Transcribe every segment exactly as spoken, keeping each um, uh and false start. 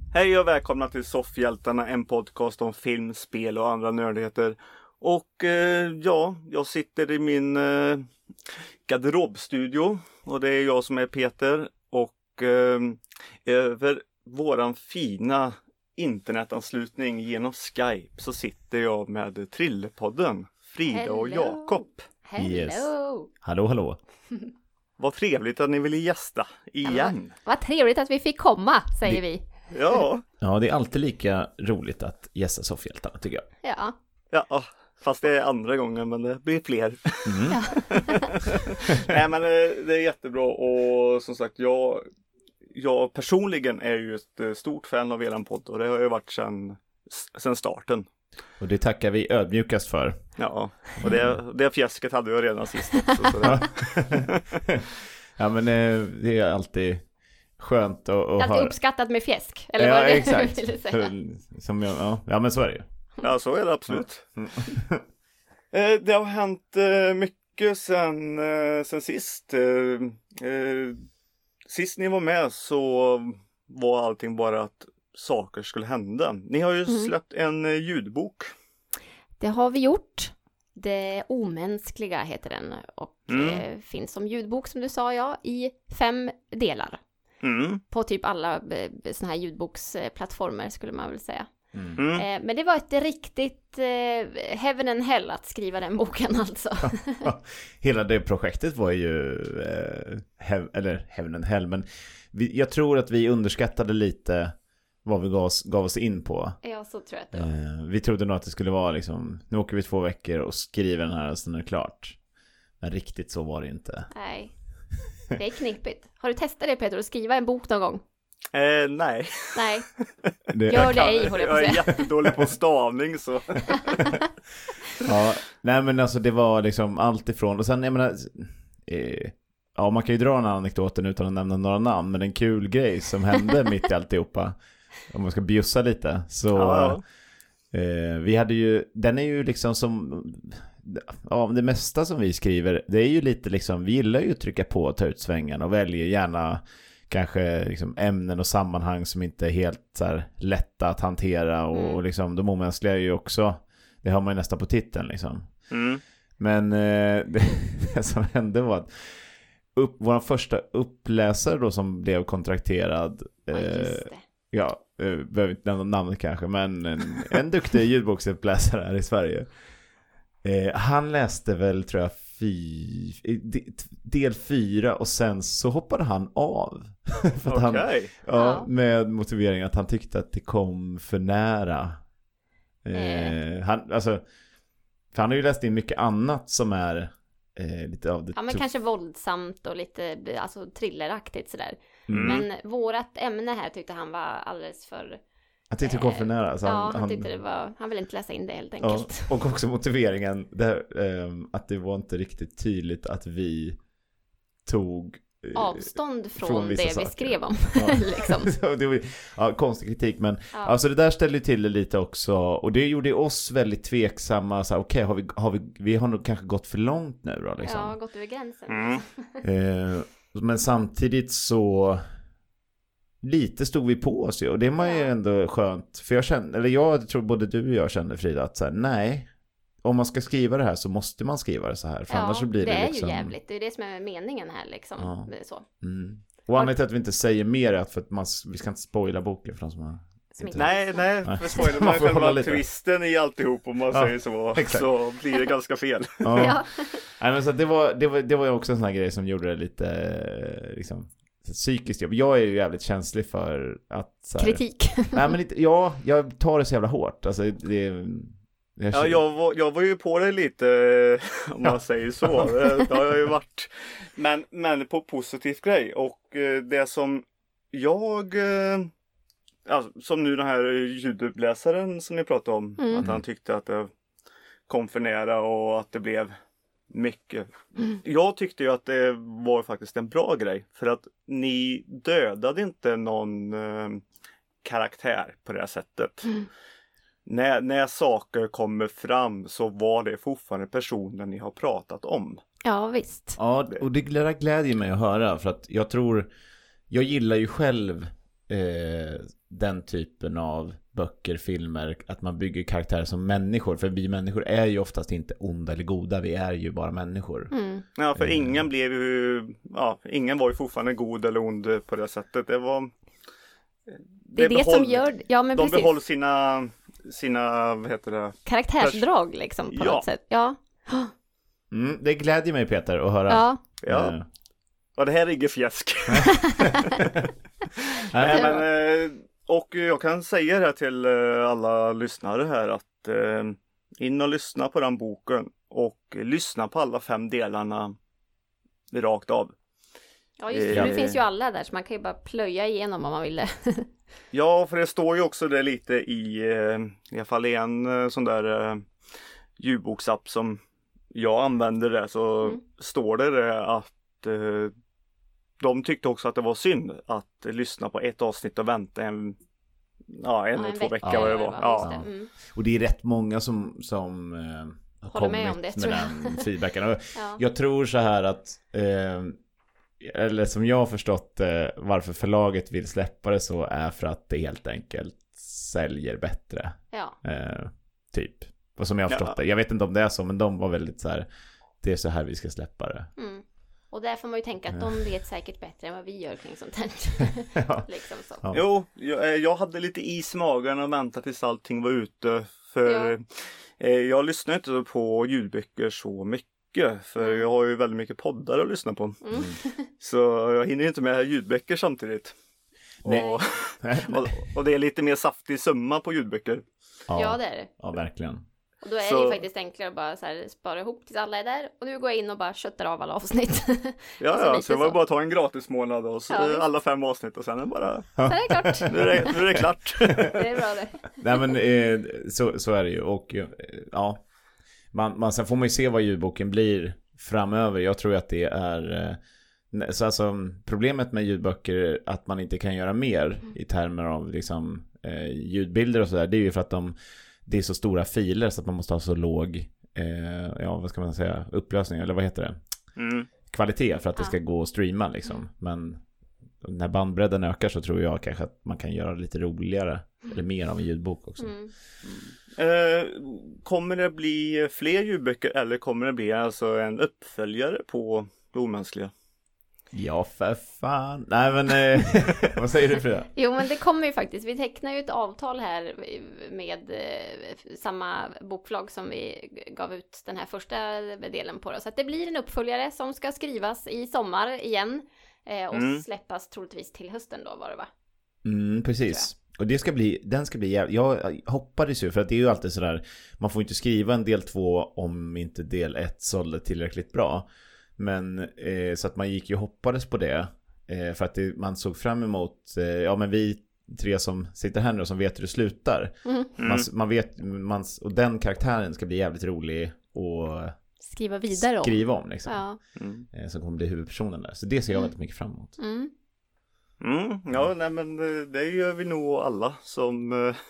Hej och välkomna till Soffhjältarna, en podcast om film, spel och andra nördigheter. Och eh, ja, jag sitter i min eh, garderobstudio och det är jag som är Peter. Och eh, över våran fina internetanslutning genom Skype så sitter jag med Trillepodden, Frida Hello. och Jakob. Hello! Yes. Hallå, hallå. Vad trevligt att ni ville gästa igen. Vad trevligt att vi fick komma, säger Det- vi. Ja, Ja, det är alltid lika roligt att gästa Soffhjältarna, tycker jag. Ja. ja, fast det är andra gången, men det blir fler. Mm. Ja. Nej, men det det är jättebra och som sagt, jag, jag personligen är ju ett eh, stort fan av eran podd och det har jag varit sedan, sedan starten. Och det tackar vi ödmjukast för. Ja, och det, det fjäsket hade jag redan sist också. Så det, Ja, men eh, det är alltid skönt att, att Det är alltid höra. uppskattat med fjäsk. Eller Ja, vad det exakt. ville säga. För- Som jag, ja. ja, men så är det ju. ja, så är det absolut. Eh, Det har hänt eh, mycket sen, eh, sen sist. Eh, eh, Sist ni var med så var allting bara att saker skulle hända. Ni har ju Mm. släppt en eh, ljudbok. Det har vi gjort. Det omänskliga heter den. Och Mm. eh, finns som ljudbok, som du sa, ja, i fem delar. Mm. På typ alla eh, såna här ljudboksplattformar skulle man väl säga. Mm. Eh, men det var ett riktigt eh, heaven and hell att skriva den boken alltså. Hela det projektet var ju eh, hev, eller heaven and hell, men vi, jag tror att vi underskattade lite vad vi gav oss, gav oss in på. Ja, så tror jag att det var. Eh, vi trodde nog att det skulle vara liksom, nu åker vi två veckor och skriver den här och sen är det klart. Men riktigt så var det inte. Nej, det är knepigt. Har du testat det, Peter, att skriva en bok någon gång? Eh, nej. Nej, Det, gör det ej, håller jag på Jag att är säga. jättedålig på stavning så. Ja, nej men alltså det var liksom allt ifrån, och sen jag menar, eh, ja man kan ju dra den här anekdoten utan att nämna några namn, men en kul grej som hände mitt i alltihopa, om man ska bjussa lite, så Ja. eh, vi hade ju, den är ju liksom som, ja det mesta som vi skriver, det är ju lite liksom, vi gillar ju att trycka på och ta ut svängen och väljer gärna kanske liksom ämnen och sammanhang som inte är helt så här lätta att hantera och, Mm. och liksom de omänskliga är ju också, det har man ju nästan på titeln liksom. Mm. Men eh, det, det som hände var att upp, vår första uppläsare då som blev kontrakterad, Ja, eh, just det. ja, eh, behöver inte nämna namnet kanske, men en, en duktig ljudboksuppläsare här i Sverige. Eh, han läste väl, tror jag, fy, de, del fyra och sen så hoppade han av. För att han, Okej. ja, Ja. med motiveringen att han tyckte att det kom för nära. Eh, Eh. han, alltså, för han har ju läst in mycket annat som är eh, lite av det Ja, men tuff- kanske våldsamt och lite alltså, thrilleraktigt sådär. Mm. Men vårat ämne här tyckte han var alldeles för... Han tyckte det kom för nära. Så ja, han, han, tyckte det var... Han ville inte läsa in det helt enkelt. Ja, och också motiveringen där, ehm, att det var inte riktigt tydligt att vi tog eh, Avstånd från, från vissa det vi saker. skrev om. Ja. liksom. Så det var, ja, konstig kritik, men Ja. alltså det där ställde ju till det lite också, och det gjorde oss väldigt tveksamma, så här, okej, har vi, har vi, vi har nog kanske gått för långt nu då liksom. Ja, gått över gränsen. Mm. Eh, men samtidigt så lite stod vi på oss ju, och det var ju Ja. ändå skönt, för jag kände, eller jag tror både du och jag kände, Frida, att så här, nej, om man ska skriva det här så måste man skriva det så här, för Ja, annars så blir det, det är liksom ju jävligt. Det är det som är meningen här liksom. Ja. Det är så. mm. Och anledningen till att vi inte säger mer är att för att man, vi ska inte spoila boken för de som har Som inte- Nej, nej, Nej. för spoiler Man man får hålla själva lite. twisten i alltihop om man Ja, säger så, exakt. så blir det ganska fel. Ja. Ja. Nej, men så att det var, det var, det var ju också en sån här grej som gjorde det lite eh, liksom psykiskt jobb. Jag är ju jävligt känslig för att så här, Kritik. nej, men lite, ja, jag tar det så jävla hårt. Alltså det, jag, Ja, jag var, jag var ju på det lite, om man säger så. Det, det har jag ju varit. Men, men på positiv grej. Och eh, det som jag, eh, alltså, som nu den här ljuduppläsaren som ni pratade om, Mm. att han tyckte att det kom för nära och att det blev mycket. Mm. Jag tyckte ju att det var faktiskt en bra grej. För att ni dödade inte någon eh, karaktär på det här sättet. Mm. När, när saker kommer fram så var det fortfarande personen ni har pratat om. Ja, visst. Ja, och det glä- glädjer mig att höra, för att jag tror, jag gillar ju själv eh, den typen av böcker, filmer, att man bygger karaktärer som människor. För vi människor är ju oftast inte onda eller goda, vi är ju bara människor. Mm. Ja, för ingen blev ju, ja, ingen var ju fortfarande god eller ond på det sättet. Det var... Det är det, det behåll, som gör, ja men de precis. behåller sina, sina, vad heter det? Karaktärsdrag liksom på ja. något sätt. Ja. Mm, det glädjer mig Peter att höra. Ja. Ja. Uh. Och det här är inget fjäsk. Nej, men, och jag kan säga det här till alla lyssnare här att in och lyssna på den boken och lyssna på alla fem delarna rakt av. Ja, just det. Eh, det finns ju alla där så man kan ju bara plöja igenom om man vill. Ja, för det står ju också det lite i i alla fall i en sån där ljudboksapp som jag använder det så mm. står det, det att eh, de tyckte också att det var synd att lyssna på ett avsnitt och vänta en, ja, en ja, eller en två vecka, veckor vad det var. Ja. Det. Mm. Och det är rätt många som, som eh, har Håller kommit med om det, med den feedbacken. Och ja. Jag tror så här att eh, eller som jag har förstått eh, varför förlaget vill släppa det så är för att det helt enkelt säljer bättre. Ja. Eh, typ. Och som jag har förstått ja. det. Jag vet inte om det är så, men de var väldigt så här, det är så här vi ska släppa det. Mm. Och där får man ju tänka att de vet säkert bättre än vad vi gör kring sånt här. Ja. liksom så. Ja. Jo, jag, jag hade lite is i magen och väntade tills allting var ute. För Ja. eh, jag lyssnar inte på ljudböcker så mycket. För jag har ju väldigt mycket poddar att lyssna på. Mm. Så jag hinner inte med ljudböcker samtidigt. Nej. Och, och, och det är lite mer saftig summa på ljudböcker. Ja. Ja, det är det. Ja, verkligen. Och då är Så- det ju faktiskt enklare att bara så här spara ihop tills alla är där. Och nu går jag in och bara köttar av alla avsnitt. Ja, Alltså ja, lite så det var så. bara att ta en gratis månad och så Ja, visst. alla fem avsnitt och sen är det bara, Så är det klart. nu är det, nu är det klart. Det är bra det. Nej men eh, så, så är det ju. Och eh, ja, man, man, sen får man ju se vad ljudboken blir framöver. Jag tror att det är eh, så alltså, problemet med ljudböcker är att man inte kan göra mer i termer av liksom, eh, ljudbilder och sådär. Det är ju för att de, det är så stora filer så att man måste ha så låg eh, ja, vad ska man säga, upplösning eller vad heter det? Mm. Kvalitet för att det Ja. ska gå att streama liksom. Men när bandbredden ökar så tror jag kanske att man kan göra det lite roligare eller mer av en ljudbok också. Mm. Eh, kommer det bli fler ljudböcker eller kommer det bli alltså en uppföljare på Det omänskliga? Ja, för fan. Nej, men eh, vad säger du Frida? Jo, men det kommer ju faktiskt. Vi tecknar ju ett avtal här med eh, samma bokförlag som vi gav ut den här första delen på. Då. Så att det blir en uppföljare som ska skrivas i sommar igen eh, och Mm. släppas troligtvis till hösten då var det va? Mm, precis. Och det ska bli, den ska bli jävligt, jag hoppades ju för att det är ju alltid sådär, man får inte skriva en del två om inte del ett sålde tillräckligt bra. Men eh, så att man gick ju och hoppades på det eh, för att det, man såg fram emot eh, ja men vi tre som sitter här nu och som vet hur det slutar. Mm. Man, man vet, man, och den karaktären ska bli jävligt rolig och Skriva vidare om. skriva om liksom. Ja. Mm. Eh, som kommer bli huvudpersonen där. Så det ser jag Mm. väldigt mycket fram emot. Mm. Mm, ja, nej, men eh, det gör vi nog alla som eh,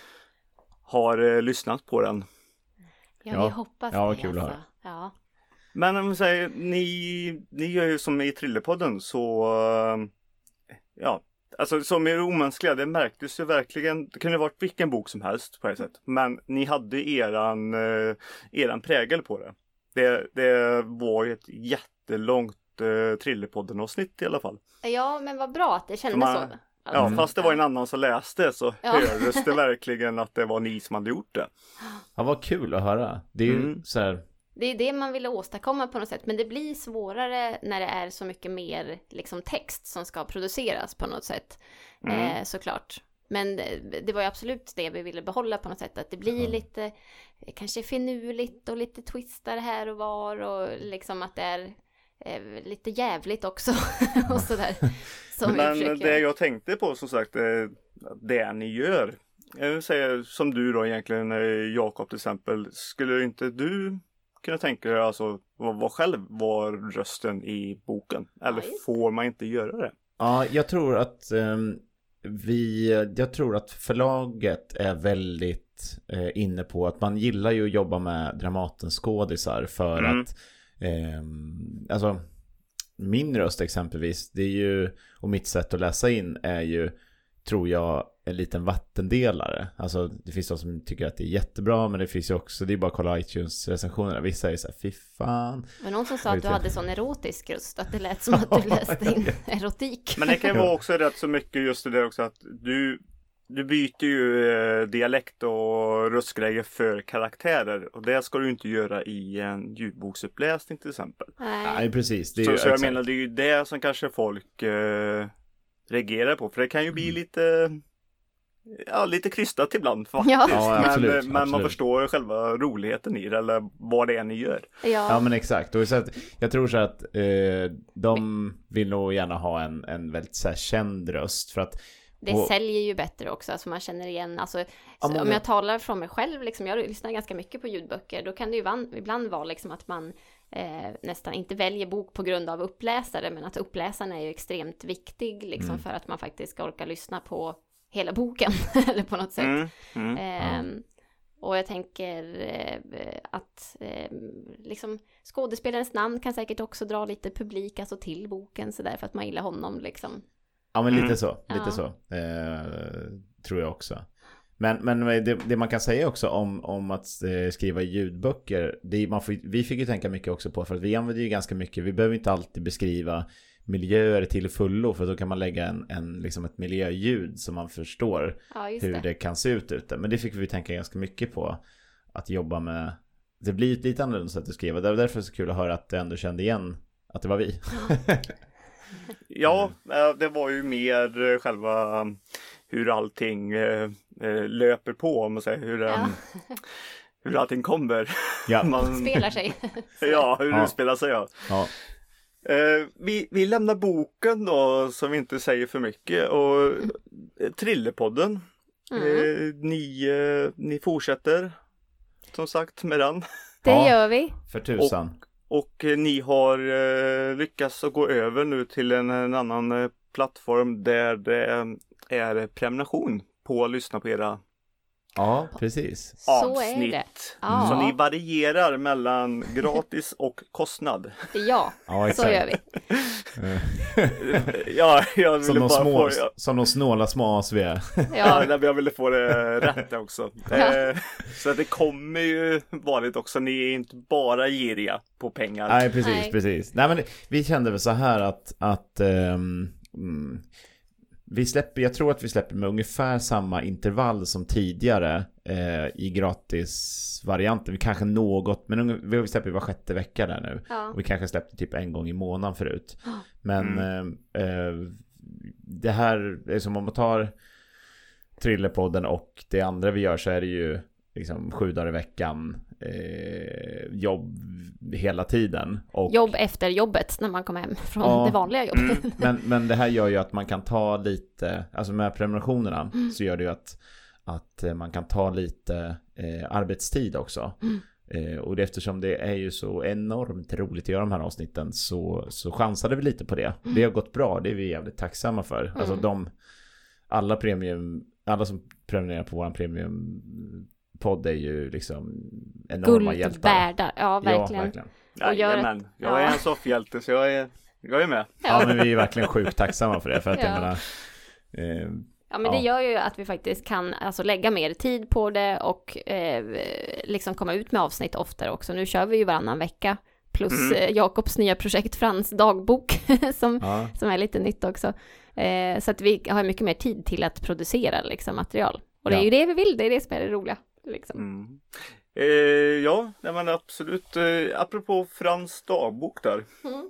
har eh, lyssnat på den. Ja, Ja. vi hoppas Ja, vad det, kul att alltså. höra. Ja. Men om vi säger, ni, ni gör ju som i Trillerpodden så, eh, ja, alltså som i Det omänskliga, det märktes ju verkligen, det kunde ha varit vilken bok som helst på ett sätt. Men ni hade eran, eh, eran prägel på det. Det, det var ju ett jättelångt eh, Trillerpodden-avsnitt i alla fall. Ja, men vad bra att det kändes Man- så. Ja, Mm. fast det var en annan som läste så Ja. hördes det verkligen att det var ni som hade gjort det. Ja, vad kul att höra. Det är ju Mm. så här, Det är det man ville åstadkomma på något sätt. Men det blir svårare när det är så mycket mer liksom, text som ska produceras på något sätt. Mm. Eh, såklart. Men det, det var ju absolut det vi ville behålla på något sätt. Att det blir lite eh, kanske finurligt och lite twistar här och var. Och liksom att det är eh, lite jävligt också. och sådär. Som vi Men försöker. det jag tänkte på som sagt, det, det ni gör. Jag säger som du då egentligen, eh, Jakob till exempel. Skulle inte du kunna tänka dig alltså vad, vad själv var rösten i boken? Eller Ja, just får man inte göra det? ja, jag tror att ehm, vi, jag tror att förlaget är väldigt eh, inne på att man gillar ju att jobba med Dramatens skådisar för Mm. att ehm, alltså min röst exempelvis, det är ju, och mitt sätt att läsa in är ju tror jag, en liten vattendelare. Alltså det finns de som tycker att det är jättebra, men det finns ju också, det är bara att kolla iTunes-recensionerna. Vissa är så här, fy fan. Men någon som sa att du hade sån erotisk röst, att det lät som att du läste in erotik. Men det kan ju vara också rätt så mycket just det också att du, du byter ju eh, dialekt och röstgrejer för karaktärer. Och det ska du inte göra i en ljudboksuppläsning till exempel. Nej, Nej precis. Det är så ju, så jag exakt. menar, det är ju det som kanske folk eh, reagerar på. För det kan ju bli lite... Ja, lite krystat ibland faktiskt. Ja. Ja, absolut, men, men man absolut. förstår själva roligheten i det, eller vad det är ni gör. Ja. Ja men exakt, och så att, jag tror så att eh, de vill nog gärna ha en, en väldigt så här, känd röst för att Det och, säljer ju bättre också, alltså man känner igen, alltså, Ja, så, många- om jag talar från mig själv, liksom, jag lyssnar ganska mycket på ljudböcker, då kan det ju van, ibland vara liksom att man eh, nästan inte väljer bok på grund av uppläsare, men att uppläsaren är ju extremt viktig liksom, Mm. för att man faktiskt ska orka lyssna på hela boken, eller på något sätt. Mm, mm. Ehm, och jag tänker eh, att eh, liksom, skådespelarens namn kan säkert också dra lite publik alltså till boken, så därför att man gillar honom liksom. ja men lite Mm. så, lite Ja. så eh, tror jag också. Men, men det, det man kan säga också om, om att eh, skriva ljudböcker, det, man får, vi fick ju tänka mycket också på, för att vi använder ju ganska mycket, vi behöver inte alltid beskriva miljöer till fullo, för då kan man lägga en, en, liksom ett miljöljud som man förstår Ja, just hur det. det kan se ut ute. Men det fick vi tänka ganska mycket på, att jobba med, det blir ett lite annorlunda sätt att skriva. Det var därför så kul att höra att du ändå kände igen att det var vi. Ja, eh, det var ju mer eh, själva um, hur allting eh, eh, löper på, om man säger, hur, um, Ja. hur allting kommer. Ja, Man, Spelar sig. ja, hur Ja. det spelar sig. Ja. ja. Eh, vi, vi lämnar boken då, som vi inte säger för mycket, och eh, Trillepodden. Mm. Eh, ni, eh, ni fortsätter som sagt med den. Det Ja. gör vi. För tusan. Och eh, ni har eh, lyckats att gå över nu till en, en annan eh, plattform där det eh, är prenumeration på att lyssna på era Ja, precis. Så avsnitt. är det. Ja. Så ni varierar mellan gratis och kostnad. Ja, Ja, så exakt. gör vi. Ja, jag Som ville de, bara små, få... Ja, som de snåla små as vi är. ja, Ja, nej, men jag ville få det rätt också. Ja. Eh, Så att det kommer ju vanligt också. Ni är inte bara giriga på pengar. Nej, precis, Nej. precis. Nej, men vi kände väl så här att, att ehm, mm, vi släpper, jag tror att vi släpper med ungefär samma intervall som tidigare eh, i gratisvarianten. Vi kanske något, men unge, vi släpper var sjätte vecka där nu. ja. Och vi kanske släppte typ en gång i månaden förut. Ja. Men eh, eh, det här är som om man tar Trillepodden och det andra vi gör, så är det ju liksom sju dagar i veckan eh, jobb hela tiden. Och, Jobb efter jobbet när man kommer hem från Ja. det vanliga jobbet. Mm. men, men det här gör ju att man kan ta lite, alltså med prenumerationerna så gör det ju att, att eh, man kan ta lite eh, arbetstid också. Mm. Eh, och det, eftersom det är ju så enormt roligt att göra de här avsnitten, så, så chansade vi lite på det. Det har gått bra, det är vi jävligt tacksamma för. Mm. Alltså de, alla premium, alla som prenumererar på våran premium podd är ju liksom enorma Guld hjältar. värda, ja verkligen. Ja, verkligen. Och gör- Jajamän, jag är Ja. en soffhjälte så jag är, jag är med. Ja, men vi är verkligen sjukt tacksamma för det, för att jag Ja. menar eh, Ja, men Ja. det gör ju att vi faktiskt kan alltså, lägga mer tid på det och eh, liksom komma ut med avsnitt oftare också. Nu kör vi ju varannan vecka. Plus Mm. eh, Jakobs nya projekt Frans dagbok som, ja. som är lite nytt också. Eh, så att vi har mycket mer tid till att producera liksom, material. Och det är Ja. ju det vi vill, det är det som är det roliga. Liksom. Mm. Eh, ja, nej, men absolut. Eh, apropå Frans dagbok där. Mm.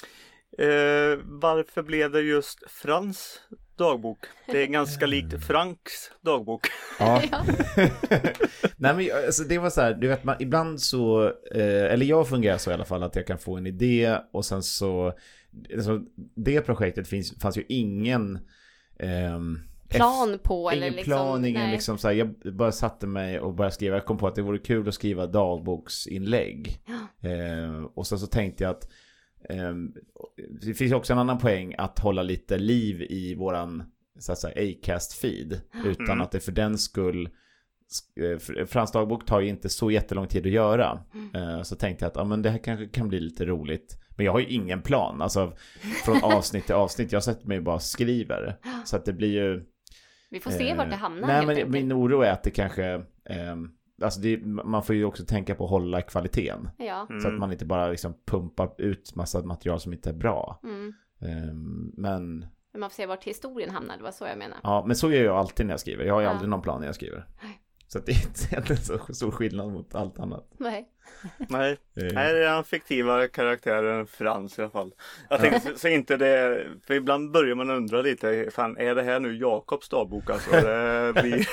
Eh, varför blev det just Frans dagbok? Det är ganska likt Franks dagbok. Ja. Ja. Nej, men alltså, det var så här, du vet, man, ibland så eh, eller jag fungerar så i alla fall, att jag kan få en idé och sen så alltså, det projektet finns, fanns ju ingen ehm, Plan på eller ingen liksom. plan, ingen nej. liksom så här, jag bara satte mig och började skriva. Jag kom på att det vore kul att skriva dagboksinlägg. Eh, och så, så tänkte jag att eh, det finns också en annan poäng att hålla lite liv i våran så att säga Acast-feed, utan Mm. att det för den skull eh, Frans dagbok tar ju inte så jättelång tid att göra. Eh, så tänkte jag att ja, men det här kanske kan bli lite roligt. Men jag har ju ingen plan, alltså från avsnitt till avsnitt. Jag sätter mig bara och skriver. Så att det blir ju Vi får se eh, vart det hamnar. Nej, helt men enkelt. min oro är att det kanske... Eh, alltså det, man får ju också tänka på att hålla kvaliteten. Ja. Mm. Så att man inte bara liksom pumpar ut massa material som inte är bra. Mm. Eh, men... Men man får se vart historien hamnar, det var så jag menar. Ja, men så gör jag alltid när jag skriver. Jag har ju Ja. aldrig någon plan när jag skriver. Nej. Så att det är inte så stor skillnad mot allt annat. Nej. Nej, Eh, här är den fiktiva karaktären Frans i alla fall. Jag tänkte så, så inte det, för ibland börjar man undra lite, fan är det här nu Jakobs dagbok alltså? Det blir...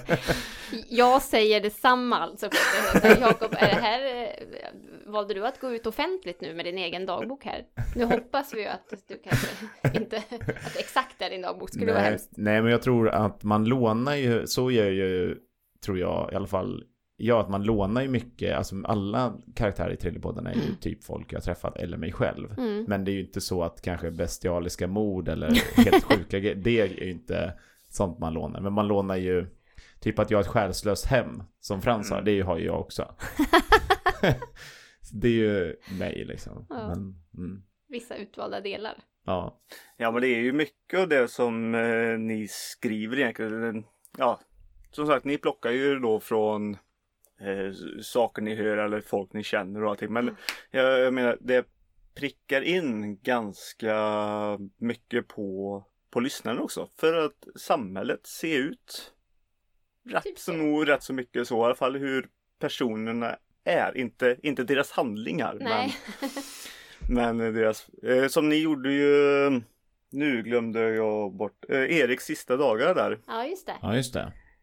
Jag säger detsamma alltså. Jakob, är det här, eh, valde du att gå ut offentligt nu med din egen dagbok här? Nu hoppas vi ju att du kanske inte, att det exakt är din dagbok, skulle vara nej, hemskt. nej, men jag tror att man lånar ju, så gör ju, tror jag i alla fall, ja, att man lånar ju mycket, alltså alla karaktärer i Thrillerpodden är ju typ folk jag har träffat eller mig själv. Mm. Men det är ju inte så att kanske bestialiska mord eller helt sjuka grejer, det är ju inte sånt man lånar. Men man lånar ju typ att jag har ett själslöst hem som Frans har, det har ju jag också. Det är ju mig liksom. Ja. Men, mm, Vissa utvalda delar. ja. Ja, men det är ju mycket av det som eh, ni skriver egentligen. Ja, som sagt, ni plockar ju då från eh, saker ni hör eller folk ni känner och allting. Men jag, jag menar, det prickar in ganska mycket på, på lyssnaren också. För att samhället ser ut rätt Typ så så. nog rätt så mycket så. I alla fall hur personerna är. Inte, inte deras handlingar. Nej. Men, men deras, eh, som ni gjorde ju, nu glömde jag bort, eh, Eriks sista dagar där. Ja, just det. Ja, just det.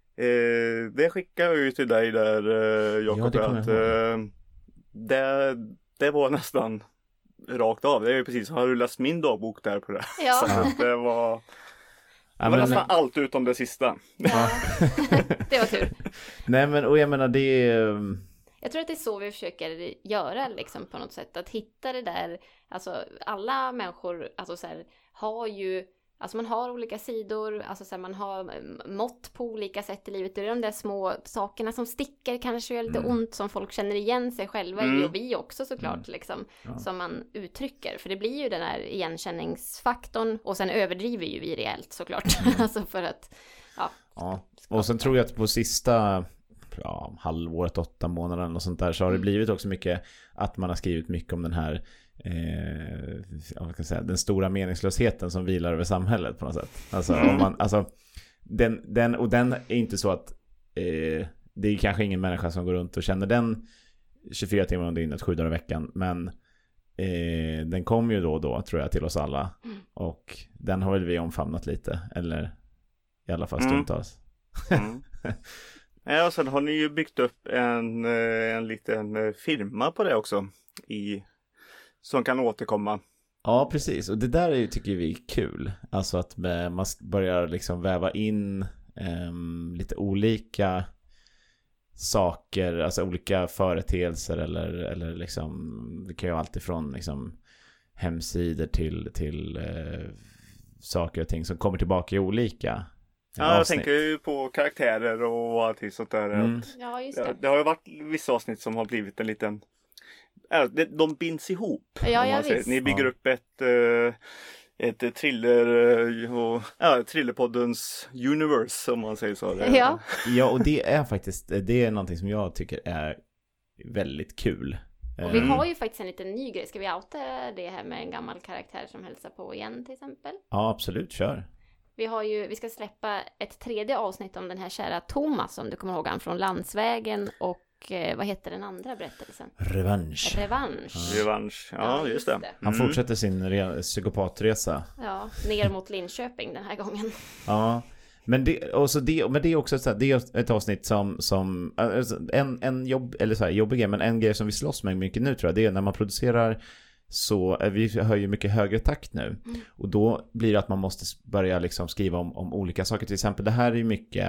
Eh, det skickade jag ju till dig där, eh, Jakob. Ja, det kommer att, jag eh, det, det var nästan rakt av. Det är ju precis, har du läst min dagbok där på det? Ja. Så att det var, det Ja, var men, nästan allt utom det sista. Ja. Det var tur. nej, men och jag menar det är... Jag tror att det är så vi försöker göra liksom på något sätt. Att hitta det där, alltså alla människor alltså så här, har ju, alltså man har olika sidor, alltså så här, man har mått på olika sätt i livet. Det är de där små sakerna som sticker, kanske gör lite Mm. ont, som folk känner igen sig själva i, Mm. och vi också såklart Mm. liksom, Ja. som man uttrycker. För det blir ju den här igenkänningsfaktorn, och sen överdriver ju vi rejält såklart. Mm. Alltså för att, ja. Ja, och sen tror jag att på sista ja, halvåret, åtta månader och sånt där, så har det blivit också mycket att man har skrivit mycket om den här eh, vad kan jag säga, den stora meningslösheten som vilar över samhället på något sätt. Alltså, om man, alltså den, den, och den är inte så att eh, det är kanske ingen människa som går runt och känner den tjugofyra timmar om dygnet, sju dagar i veckan, men eh, den kom ju då och då, tror jag, till oss alla. Mm. Och den har väl vi omfamnat lite, eller i alla fall Mm. stundtals. Mm. Ja, och sen har ni ju byggt upp en, eh, en liten eh, firma på det också. I, som kan återkomma. Ja, precis. Och det där är ju, tycker vi är kul. Alltså att med, man börjar liksom väva in ehm, lite olika saker, alltså olika företeelser eller, eller liksom, det kan ju alltid från liksom hemsidor till, till eh, saker och ting som kommer tillbaka i olika Ja, jag avsnitt. tänker ju på karaktärer och allting sånt där. Mm. Att, Ja, just ja, det. det har ju varit vissa avsnitt som har blivit en liten... Ja, det, de binds ihop. Ja, om ja, man säger. visst. Ni bygger Ja. upp ett, eh, ett thriller eh, och, ja, thrillerpoddens universe, om man säger så. Det- Ja. Ja, och det är faktiskt, det är någonting som jag tycker är väldigt kul. Och vi Mm. har ju faktiskt en liten ny grej. Ska vi outa det här med en gammal karaktär som hälsar på igen till exempel? Ja, absolut, kör. Vi har ju, vi ska släppa ett tredje avsnitt om den här kära Thomas, om du kommer ihåg han från Landsvägen, och eh, vad heter den andra berättelsen? Revansch. Revansch. Revansch, ja, just det. Han Mm. fortsätter sin re- psykopatresa. Ja, ner mot Linköping den här gången. Ja, men det, och så det, men det är också så här, det är ett avsnitt som, som alltså, en, en jobb, eller så här, jobbig grej, men en grej som vi slåss med mycket nu, tror jag, det är när man producerar, så eh, vi hör ju mycket högre takt nu. Mm. Och då blir det att man måste börja liksom skriva om, om olika saker. Till exempel, det här är ju mycket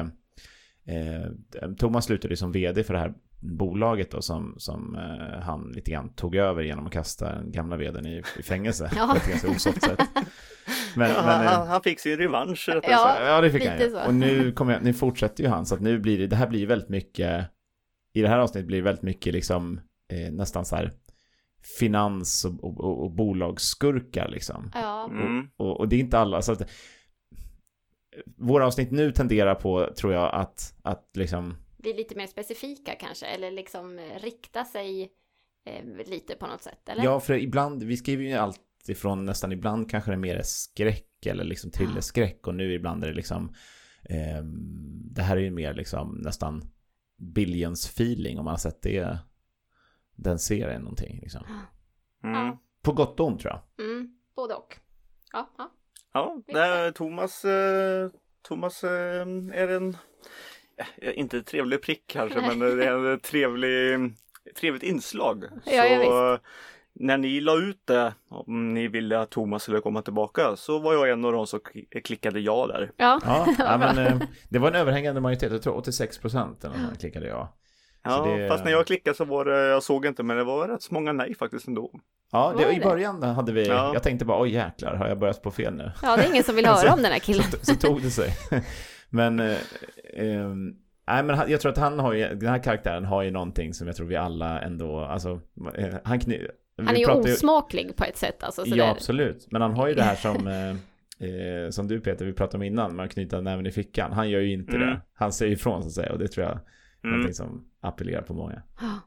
eh, Thomas slutade ju som vd för det här bolaget då, som, som eh, han lite grann tog över genom att kasta den gamla vdn i, i fängelse. Ja. På ett ganska osoft sätt. Men, Ja, men, eh, han, han fick sin revansch. rättare Ja. sagt. Ja, det fick han lite ju. så. Och nu, kommer jag, nu fortsätter ju han. Så att nu blir det, det här blir väldigt mycket, i det här avsnittet blir det väldigt mycket liksom eh, nästan så här finans och, och, och, och bolagsskurkar liksom. Ja, Mm. Och, och det är inte alla, så att våra avsnitt nu tenderar på, tror jag, att, att liksom... bli lite mer specifika kanske, eller liksom rikta sig eh, lite på något sätt, eller? Ja, för ibland, vi skriver ju allt ifrån nästan ibland kanske det är mer skräck eller liksom thrillerskräck, och nu ibland är det liksom eh, det här är ju mer liksom nästan Billions feeling, om man har sett det, den serien någonting liksom. Mm. Ja. På gott och ont, tror jag. Mm, både och. Ja, ja. Ja, nej, Thomas, eh, Thomas eh, är en, eh, inte trevlig prick kanske, men det är en trevlig, trevligt inslag. Ja, ja, så när ni la ut det, om ni ville att Thomas skulle komma tillbaka, så var jag en av dem som klickade ja där. Ja, Ja, ja men eh, det var en överhängande majoritet, jag tror åttiosex procent eller något, klickade jag. Ja, det... fast när jag klickade så var det, jag såg inte, men det var rätt så många nej faktiskt ändå. Ja, det, Var i det? början hade vi, Ja. jag tänkte bara, oj jäklar, har jag börjat på fel nu? ja, det är ingen som vill höra om den här killen. Så, så tog det sig. Men, eh, eh, nej, men han, jag tror att han har ju, den här karaktären har ju någonting som jag tror vi alla ändå, alltså, eh, han kny, Han är ju osmaklig på ett sätt. Alltså, så ja, där. Absolut. Men han har ju det här som, eh, eh, som du Peter, vi pratade om innan, man knyter näven i fickan. Han gör ju inte Mm. det. Han säger ifrån så att säga, och det tror jag är Mm. någonting som appellerar på många.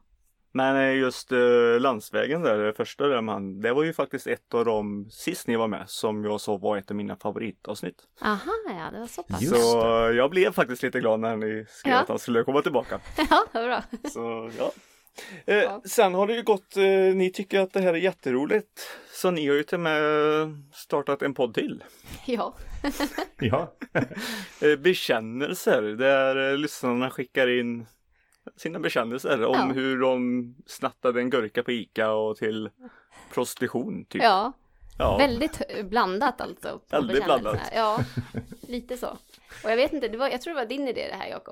Men just uh, landsvägen där, det första där man, det var ju faktiskt ett av de sist ni var med som jag sa var ett av mina favoritavsnitt. Aha, ja, det var så pass. Just Så det. uh, jag blev faktiskt lite glad när ni skrev Ja. att han skulle komma tillbaka. Ja, det var bra. Så ja. Eh, Ja. Sen har det ju gått, eh, ni tycker att det här är jätteroligt. Så ni har ju till och med startat en podd till. Ja. Ja. Eh, bekännelser, där eh, lyssnarna skickar in sina bekännelser om Ja. hur de snattade en gurka på Ica och till prostitution typ. Ja. Ja. Väldigt blandat alltså. På Väldigt bekännelserna. blandat. Ja, lite så. Och jag vet inte, det var, jag tror det var din idé det här, Jakob.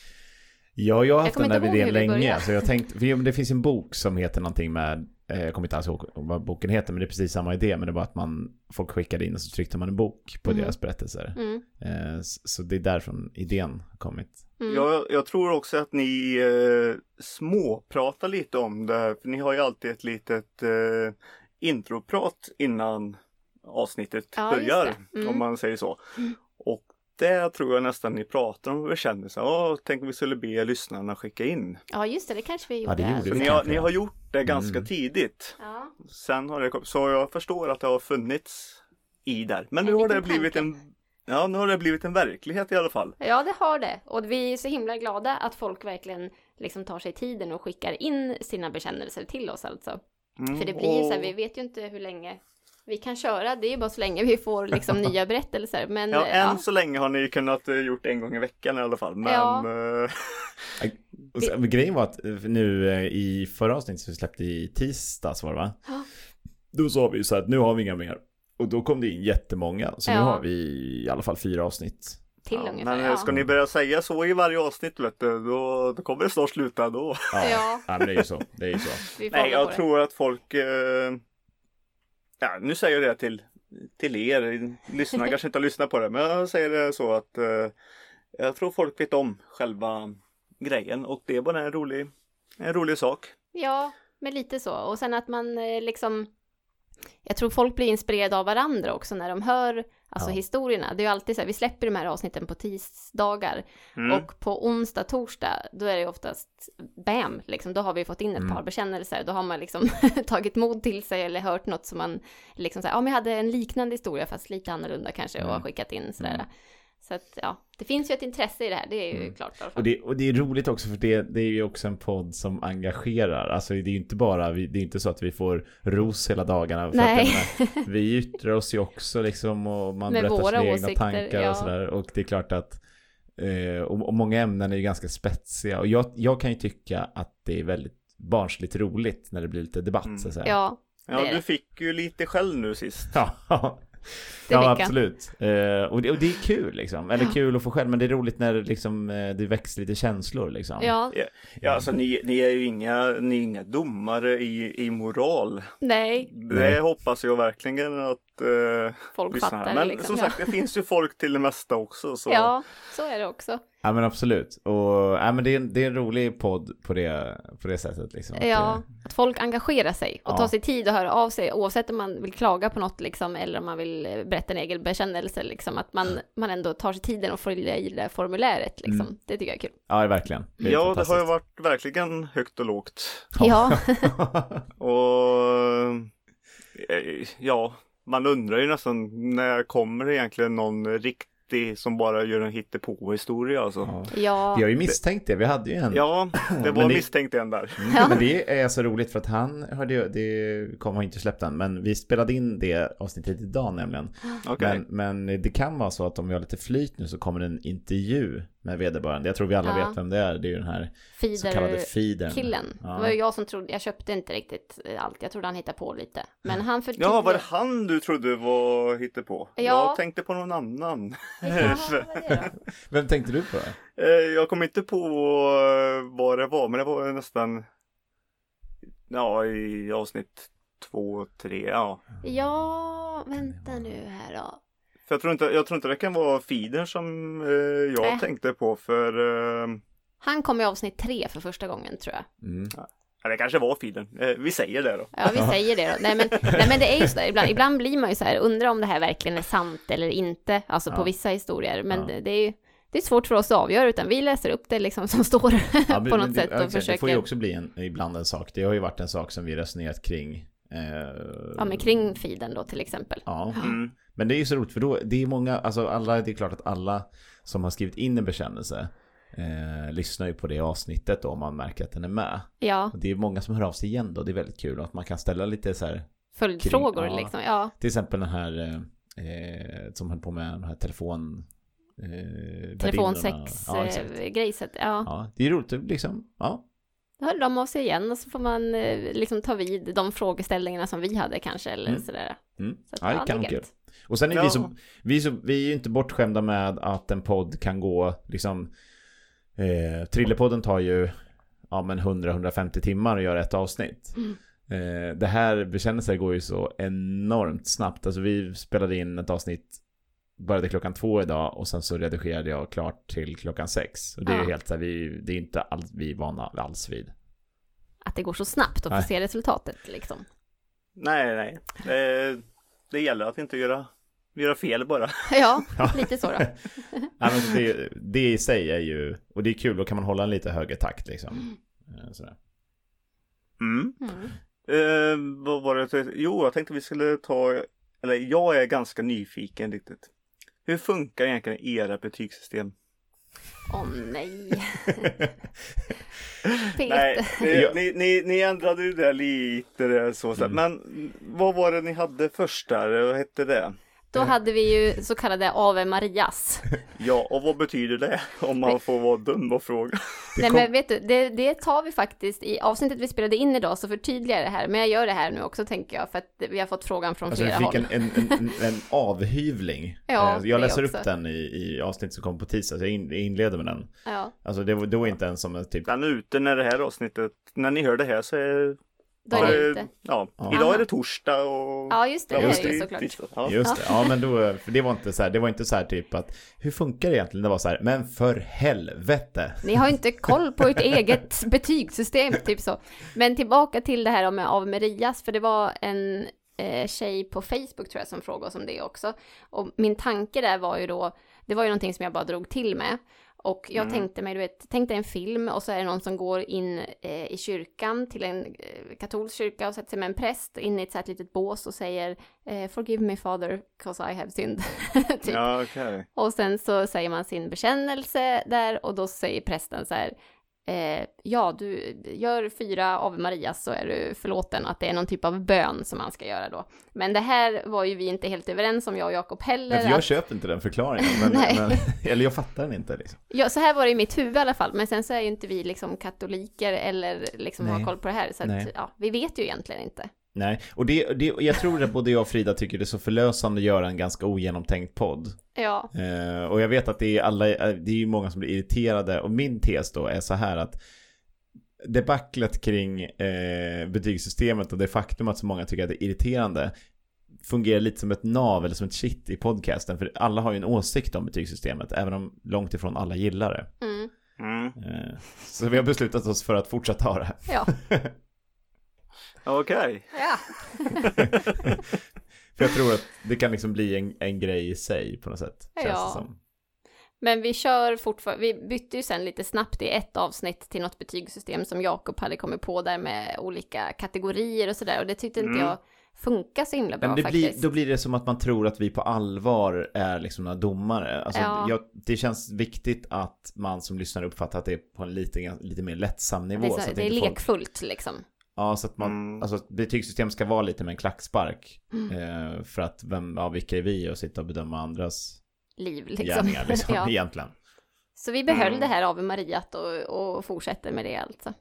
Ja, jag har haft kommer den där inte ihåg idén hur vi länge. började. Så jag tänkte, för det finns en bok som heter någonting med, eh, jag kommer inte alls ihåg vad boken heter, men det är precis samma idé, men det var att man, folk skickade in och så tryckte man en bok på Mm. deras berättelser. Mm. Eh, så, så det är därifrån idén har kommit. Mm. Jag, jag tror också att ni eh, småpratar lite om det. För ni har ju alltid ett litet eh, introprat innan avsnittet Ja, just börjar. det. Mm. Om man säger så. Och det tror jag nästan ni pratar om bekännelser. Ja, tänk om vi skulle be lyssnarna skicka in. Ja, just det, det kanske vi Ja, gjorde. det gjorde Så vi. ni har, kanske. ni har gjort det ganska Mm. tidigt. Ja. Sen har det kommit, så jag förstår att det har funnits i där. Men nu En har det liten blivit tanke. en, ja, nu har det blivit en verklighet i alla fall. Ja, det har det. Och vi är så himla glada att folk verkligen liksom tar sig tiden och skickar in sina bekännelser till oss alltså. Mm, För det blir ju så här, och- vi vet ju inte hur länge vi kan köra. Det är ju bara så länge vi får liksom nya berättelser. Men Ja, eh, än ja. så länge har ni kunnat eh, gjort en gång i veckan i alla fall. Men Ja. eh, Och sen, grejen var att eh, nu eh, i förra avsnittet som vi släppte i tisdags var det, va? Ja. Då sa vi ju så att nu har vi inga mer. Och då kom det in jättemånga. Så nu Ja. har vi i alla fall fyra avsnitt. till ja, ungefär. men ja. ska ni börja säga så i varje avsnitt, vet du, då, då kommer det snart sluta då. Ja, Ja. ja men det är ju så. Det är ju så. Vi får Nej, hålla jag på det. tror att folk... Eh, ja, nu säger jag det till, till er. Lyssnarna kanske inte har lyssnat på det, men jag säger det så att eh, jag tror folk vet om själva grejen. Och det är bara en rolig, en rolig sak. Ja, men lite så. Och sen att man eh, liksom... Jag tror folk blir inspirerade av varandra också när de hör alltså Ja. historierna. Det är ju alltid så här, vi släpper de här avsnitten på tisdagar. Mm. Och på onsdag, torsdag, då är det ju oftast bam, liksom. Då har vi fått in ett Mm. par bekännelser. Då har man liksom tagit mod till sig eller hört något som man liksom säger, ja men jag hade en liknande historia fast lite annorlunda kanske och Mm. har skickat in sådär. Mm. Så att ja, det finns ju ett intresse i det här, det är ju Mm. klart i alla fall. Och det, och det är roligt också för det, det är ju också en podd som engagerar. Alltså det är ju inte bara, vi, det är inte så att vi får ros hela dagarna. För Nej. Att, jag menar, vi yttrar oss ju också liksom och man Med berättar våra sina egna åsikter, tankar ja. och sådär. Och det är klart att, eh, och, och många ämnen är ju ganska spetsiga. Och jag, jag kan ju tycka att det är väldigt barnsligt roligt när det blir lite debatt Mm. så att säga. Ja, Ja, det är du det. fick ju lite själv nu sist. Ja, Det ja fick jag. absolut. Eh, och, det, och det är kul liksom. Eller Ja. kul att få själv, men det är roligt när det, liksom, eh, det växer lite känslor liksom. Ja, Ja, alltså ni, ni är ju inga, ni är inga domare i, i moral. nej. Det hoppas jag verkligen att eh, folk lyssna fattar här. Men liksom. som Ja. sagt, det finns ju folk till det mesta också. Så. Ja, så är det också. Ja men absolut. Och ja, men det, är, det är en rolig podd på det, på det sättet. Liksom. Att Ja, det, att folk engagerar sig och Ja. tar sig tid att höra av sig, oavsett om man vill klaga på något liksom, eller om man vill berätta en egen bekännelse. Liksom, att man, man ändå tar sig tiden och får fylla i det formuläret. Liksom. Mm. Det tycker jag är kul. ja, verkligen. Det är Ja, det har ju fantastiskt. varit verkligen högt och lågt. Ja, Och eh, ja, man undrar ju nästan när kommer det egentligen någon riktig som bara gör en hittepå-historia alltså. Ja. ja. Vi har ju misstänkt det, vi hade ju en. Ja, det var Men det- misstänkt en där. Mm, Ja. Men det är så roligt för att han hörde ju, det kommer han inte släppt än, men vi spelade in det avsnittet idag nämligen. Okej. Men, men det kan vara så att om vi har lite flyt nu så kommer det en intervju med vederbörande. Jag tror vi alla Ja. vet vem det är. Det är ju den här så kallade feedern. Killen. Ja. Det var ju jag som trodde, jag köpte inte riktigt allt. Jag trodde han hittade på lite. Men han förtydligade. Ja, var det han du trodde var hittepå? Ja. Jag tänkte på någon annan. Ja, vad var det då? Vem tänkte du på? Eh, Jag kom inte på eh, vad det var, men det var nästan ja, i avsnitt två, tre, ja. Ja, vänta nu här då. För jag tror inte, jag tror inte det kan vara feeden som eh, jag Nej. tänkte på för eh, Han kom i avsnitt tre för första gången tror jag. Mm. ja, det kanske var feeden. Eh, vi säger det då. Ja, vi säger det då. Nej men, nej, men det är ju så där. Ibland, ibland blir man ju så här, undrar om det här verkligen är sant eller inte. Alltså Ja. på vissa historier. Men Ja. det, det är ju det är svårt för oss att avgöra, utan vi läser upp det liksom som står Ja, på men- något men sätt det, och exakt, försöker. Det får ju också bli en, ibland en sak. Det har ju varit en sak som vi resonerat kring. Eh, Ja, men kring feeden då till exempel. Ja. Mm. Men det är ju så roligt för då, det är många, alltså alla, det är klart att alla som har skrivit in en bekännelse eh, lyssnar ju på det avsnittet då, om man märker att den är med. Ja, Och det är många som hör av sig igen då, det är väldigt kul och att man kan ställa lite så här, följdfrågor Kring- ja. liksom. Ja, till exempel den här eh, som höll på med den här telefon eh, värdinnorna. telefonsex Ja, exakt. eh, grejset. Ja. Ja, det är roligt liksom, ja. Då hörde de av sig igen och så får man eh, liksom ta vid de frågeställningarna som vi hade kanske eller Mm. sådär. Mm. Så att, Ja, det ja, kan det vara är kul. gött. Och sen är Ja. vi, så, vi, är så, vi är ju inte bortskämda med att en podd kan gå liksom eh, Trillepodden tar ju ja, men hundra till hundrafemtio timmar att göra ett avsnitt. Mm. Eh, det här bekännelser går ju så enormt snabbt. Alltså vi spelade in ett avsnitt började klockan två idag och sen så redigerade jag klart till klockan sex. Och det är ju Ja. helt så här, vi, det är inte alls vi är vana alls vid. Att det går så snabbt att få Nej. se resultatet liksom. Nej, nej. Eh, det gäller att inte göra, göra fel bara. Ja, lite så då. Nej, men det, det i sig är ju, och det är kul, då kan man hålla en lite högre takt liksom. Eh, Sådär. Mm. Mm. Eh, vad var det? Jo, jag tänkte vi skulle ta, eller jag är ganska nyfiken riktigt. Hur funkar egentligen era betygssystem? Åh nej. Peter. Nej, eh, ni, ni, ni ändrade ju det lite där, så, så. Mm. Men vad var det ni hade först där? Vad hette det? Då hade vi ju så kallade Ave Marias. Ja, och vad betyder det? Om man får vara dum och fråga. Det Nej kom- men vet du, det, det tar vi faktiskt i avsnittet vi spelade in idag, så förtydligar jag det här. Men jag gör det här nu också tänker jag, för att vi har fått frågan från Alltså vi flera fick håll. en, en, en, en avhyvling. Ja, Eh, jag det läser också. upp den i, i avsnitt som kommer på tisdag, så jag in, inleder med den. Ja, Alltså det var då inte ens som en typ... Den är ute när det här avsnittet, när ni hör det här så är då är det ja, ute. Ja, Ja. idag är det torsdag och... Ja, just det, det Just är det ju det- såklart. tisdag. Ja. Just det, ja men då, för det var inte så här, det var inte så här typ att, hur funkar det egentligen? Det var så här, men för helvete. Ni har ju inte koll på ert eget betygssystem, typ så. Men tillbaka till det här med Ave Marias, för det var en eh, tjej på Facebook tror jag som frågade oss om det också. Och min tanke där var ju då, det var ju någonting som jag bara drog till med. Och jag Mm. tänkte mig, du vet, tänk dig en film och så är det någon som går in eh, i kyrkan till en eh, katolsk kyrka och sätter sig med en präst in i ett så här ett litet bås och säger eh, Forgive me father, cause I have sinned. typ. Ja, okej. Och sen så säger man sin bekännelse där och då säger prästen så här eh, ja, du gör fyra Ave Marias så är du förlåten, att det är någon typ av bön som man ska göra då. Men det här var ju vi inte helt överens om, jag och Jakob heller. Men för jag att- köpte inte den förklaringen, men, Nej. men, eller jag fattar den inte liksom. Ja, så här var det i mitt huvud i alla fall, men sen så är ju inte vi liksom katoliker eller liksom Nej. har koll på det här, så Nej. att, ja, vi vet ju egentligen inte. Nej, och det, det, jag tror att både jag och Frida tycker det är så förlösande att göra en ganska ogenomtänkt podd. Ja, Eh, och jag vet att det är alla, det är ju många som blir irriterade, och min tes då är så här att debaclet kring eh, betygssystemet och det faktum att så många tycker att det är irriterande fungerar lite som ett nav eller som ett shit i podcasten. För alla har ju en åsikt om betygssystemet, även om långt ifrån alla gillar det. Mm. Mm. Så vi har beslutat oss för att fortsätta ha det. Ja. Okej. Okay. Ja. För jag tror att det kan liksom bli en, en grej i sig på något sätt. Känns Ja. det som. Men vi kör fortfarande, vi bytte ju sen lite snabbt i ett avsnitt till något betygssystem som Jakob hade kommit på där med olika kategorier och sådär. Och det tyckte inte Mm. jag funkar så himla bra Men det faktiskt. blir, då blir det som att man tror att vi på allvar är liksom några domare. Alltså, Ja. jag, det känns viktigt att man som lyssnar uppfattar att det är på en lite, lite mer lättsam nivå. Det är, så, så att det är inte folk- lekfullt liksom. Ja, så att man, Mm. alltså betygssystem ska vara lite med en klackspark. Mm. Eh, för att, vem, ja, vilka är vi och sitta och bedöma andras Liv liksom. gärningar liksom, Ja. egentligen. Så vi behöll Mm. det här Ave Mariat och, och fortsätter med det alltså.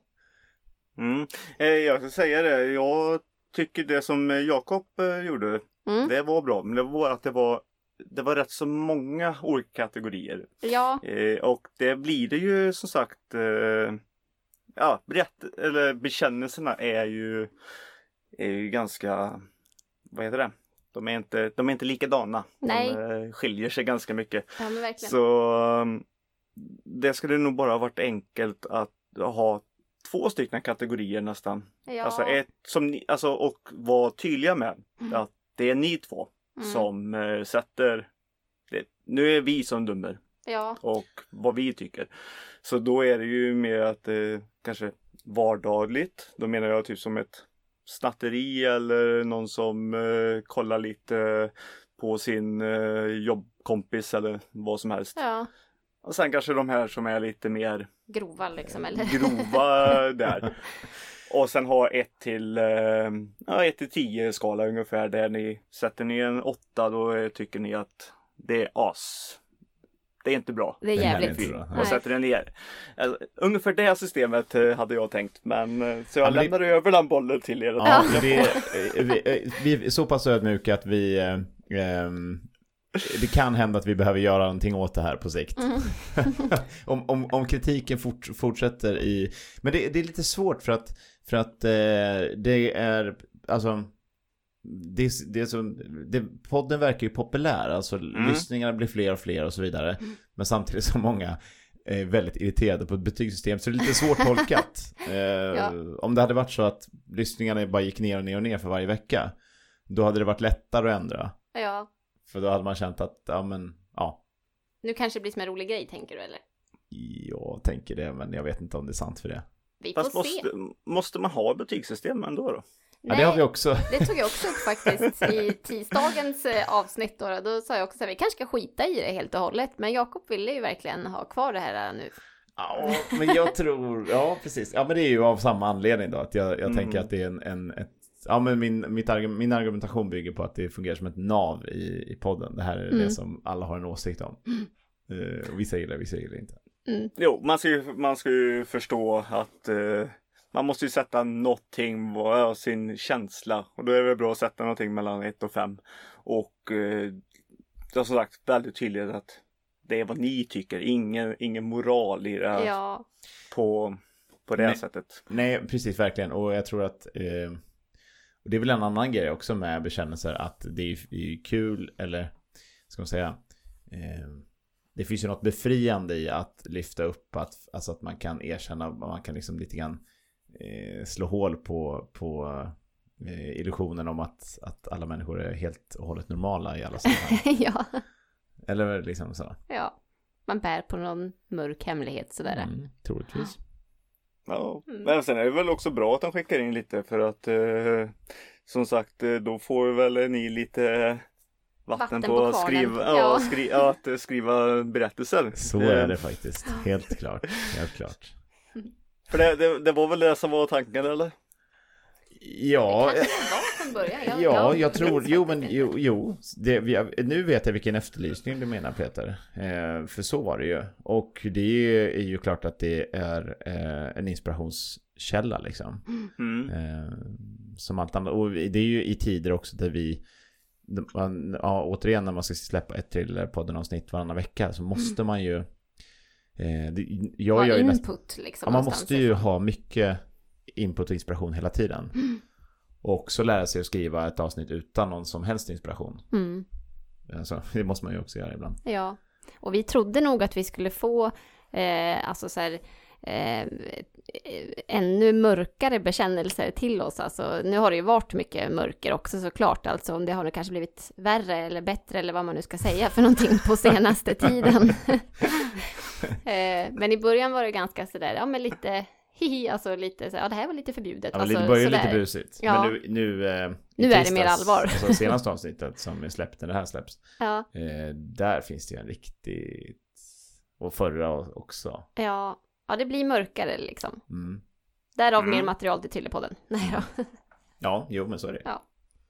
Mm. Eh, jag ska säga det, jag tycker det som Jakob eh, gjorde, Mm. det var bra. Men det var att det var, det var rätt så många olika kategorier. Ja, Eh, och det blir det ju som sagt, eh, ja, berätt, eller bekännelserna är ju, är ju ganska, vad heter det? De är inte, de är inte likadana. Nej. De eh, skiljer sig ganska mycket. ja men verkligen. Så um, det skulle nog bara ha varit enkelt att ha två stycken kategorier nästan. Ja. Alltså ett som ni, alltså och vara tydliga med Mm. att det är ni två Mm. som uh, sätter det. Nu är vi som dömer Ja, och vad vi tycker. Så då är det ju mer att uh, kanske vardagligt. Då menar jag typ som ett snatteri eller någon som uh, kollar lite på sin uh, jobbkompis eller vad som helst. ja. Och sen kanske de här som är lite mer Grova liksom eller? grova där. Och sen ha ett till, eh, ja, ett till tio skala ungefär där ni sätter ni en åtta, då eh, tycker ni att det är as. Det är inte bra. Det är Det här är jävligt. inte bra. Och Nej. sätter den ner. Alltså, ungefär det här systemet eh, hade jag tänkt. Men eh, så jag Ja, men det- lämnar över den bollen till er. Ja, det, eh, vi, eh, vi är så pass ödmjuka att vi eh, ehm, det kan hända att vi behöver göra någonting åt det här på sikt. Mm. om, om, om kritiken fort, fortsätter i... Men det, det är lite svårt för att, för att eh, det är... Alltså... Det, är- det är så, det, podden verkar ju populär. Alltså Mm. lyssningarna blir fler och fler och så vidare. Men samtidigt så många är väldigt irriterade på ett betygssystem. Så det är lite svårt tolkat. eh, Ja. Om det hade varit så att lyssningarna bara gick ner och ner och ner för varje vecka, då hade det varit lättare att ändra. Ja, För då hade man känt att, ja men, ja, nu kanske det blir som en rolig grej tänker du eller? jag tänker det, men jag vet inte om det är sant för det. Vi får Fast se. måste, måste man ha betygssystem ändå då? Ja, det har vi också. Det tog jag också upp faktiskt i tisdagens eh, avsnitt då. Då sa jag också att vi kanske ska skita i det helt och hållet. Men Jakob ville ju verkligen ha kvar det här nu. Ja, men jag tror, ja precis. Ja, men det är ju av samma anledning då. Att jag, jag Mm. tänker att det är en, en ett, ja men min, mitt, arg- min argumentation bygger på att det fungerar som ett nav i, i podden. Det här är Mm. det som alla har en åsikt om. Uh, vissa gillar, vissa gillar inte. Mm. Jo, man ska ju, man ska ju förstå att eh, man måste ju sätta någonting, vad sin känsla. Och då är det bra att sätta någonting mellan ett och fem. Och eh, det är som sagt väldigt tydligt att det är vad ni tycker. Ingen, ingen moral i det Ja, på, på det här Nej. sättet. Nej, precis, verkligen. Och jag tror att eh, och det är väl en annan grej också med bekännelser, att det är, det är kul, eller ska man säga, eh, det finns ju något befriande i att lyfta upp att, alltså att man kan erkänna, man kan liksom lite grann eh, slå hål på, på eh, illusionen om att, att alla människor är helt och hållet normala i alla sammanhang. ja, Eller liksom så. ja. Man bär på någon mörk hemlighet sådär. Mm, troligtvis. Ja. Mm. Men sen är det väl också bra att han skickar in lite för att eh, som sagt eh, då får väl ni lite vatten, Vatten på, på att kvarnen. skriva, Ja. ja, skri, ja, att skriva berättelser. Så är det faktiskt. Helt klart. Helt klart. För det, det, det var väl det som var tanken eller? Ja, Det kanske det var från början. Ja, ja, jag tror, jo men jo, jo det, vi, nu vet jag vilken efterlysning du menar, Peter, eh, för så var det ju, och det är ju klart att det är eh, en inspirationskälla liksom, Mm. eh, som allt annat, och det är ju i tider också där vi man, ja, återigen när man ska släppa ett till poddenavsnitt varannan vecka så måste man ju eh, det, jag Ha gör ju input nästan, liksom. ja, man någonstans måste ju ifrån. ha mycket input och inspiration hela tiden. Och också lära sig att skriva ett avsnitt utan någon som helst inspiration. Mm. Alltså, det måste man ju också göra ibland. Ja, och vi trodde nog att vi skulle få eh, alltså så här, eh, ännu mörkare bekännelser till oss. Alltså, nu har det ju varit mycket mörker också såklart. Alltså om det har det kanske blivit värre eller bättre eller vad man nu ska säga för någonting på senaste tiden. eh, men i början var det ganska sådär, ja men lite... Hihi, alltså lite så, ja det här var lite förbjudet. Ja, alltså, det börjar sådär. lite busigt. Ja. Men nu, nu, eh, nu är det mer allvar. Alltså senaste avsnittet som är släppt när det här släpps. Ja. Eh, där finns det ju en riktigt... Och förra också. Ja. ja, det blir mörkare liksom. Mm. Därav Mm. mer material till Tyllepodden. Nej då. Ja, jo men så är det. Ja.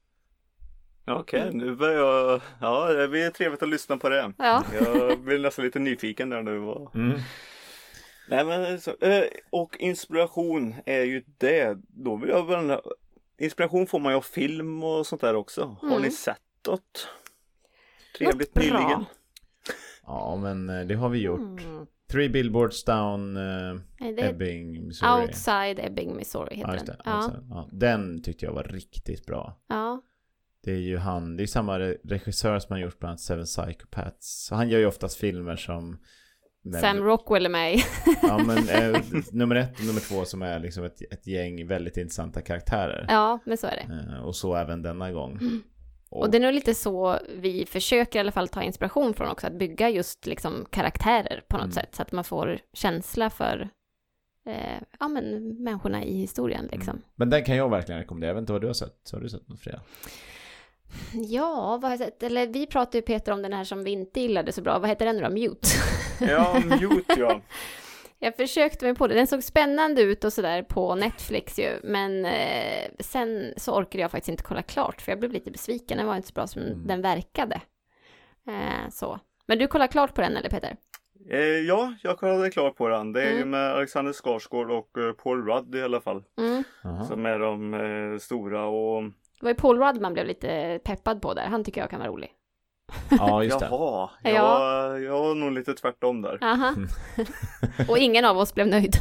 Okej, okay, nu börjar jag... Ja, det blir trevligt att lyssna på det. Ja. Jag blir nästan lite nyfiken där nu. Och... Mm. Nej men så, eh, och inspiration är ju det. Då vill jag väl... Inspiration får man ju av film och sånt där också. Har Mm. ni sett något trevligt Något bra. nyligen? Ja, men eh, det har vi gjort. Mm. Three Billboards Down, eh, Är det Ebbing, Missouri. Outside Ebbing, Missouri heter Ja, just den. det. Ja. Outside. Ja, den tyckte jag var riktigt bra. Ja. Det är ju han, det är samma regissör som har gjort bland annat Seven Psychopaths. Så han gör ju oftast filmer som... Men, Sam Rockwell är med. ja, men eh, nummer ett och nummer två som är liksom ett, ett gäng väldigt intressanta karaktärer. Ja, men så är det. Eh, och så även denna gång. Mm. Och, Och det är nog lite så vi försöker i alla fall ta inspiration från också. Att bygga just liksom karaktärer på något Mm. sätt. Så att man får känsla för eh, ja, men människorna i historien liksom. Mm. Men den kan jag verkligen rekommendera. Jag vet inte vad du har sett. Så har du sett något, Freja? Ja, vad har jag sett? Eller vi pratade ju Peter om den här som vi inte gillade så bra. Vad heter den nu då? Mute. Ja, Mute ja. Jag försökte mig på det. Den såg spännande ut och sådär på Netflix ju. Men eh, sen så orkade jag faktiskt inte kolla klart. För jag blev lite besviken. Den var inte så bra som Mm. den verkade. Eh, så. Men du kollar klart på den eller Peter? Eh, ja, jag kollade klart på den. Det är ju Mm. med Alexander Skarsgård och eh, Paul Rudd i alla fall. Mm. Aha. Som är de eh, stora och... Det var ju Paul Rudd man blev lite peppad på där. Han tycker jag kan vara rolig. Ja, just det. Jaha, Ja. jag, jag var nog lite tvärtom där. Aha. Och ingen av oss blev nöjd.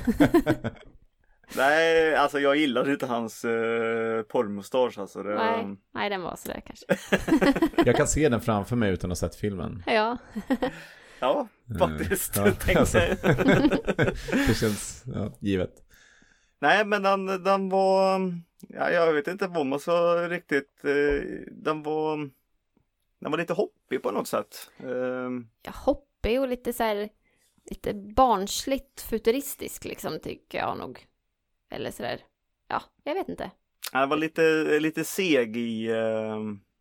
Nej, alltså jag gillade inte hans eh, porrmustasch alltså. Det, nej, nej, den var sådär kanske. Jag kan se den framför mig utan att ha sett filmen. Ja. Ja, faktiskt. Mm. Ja, tänkte alltså. jag. Det känns ja, givet. Nej, men den, den var... Ja, jag vet inte vad man så riktigt... Eh, den var... Den var lite hoppig på något sätt. Eh, Ja, hoppig och lite så här, lite barnsligt futuristisk liksom tycker jag nog. Eller sådär. Ja, jag vet inte. den var lite, lite seg i... Eh,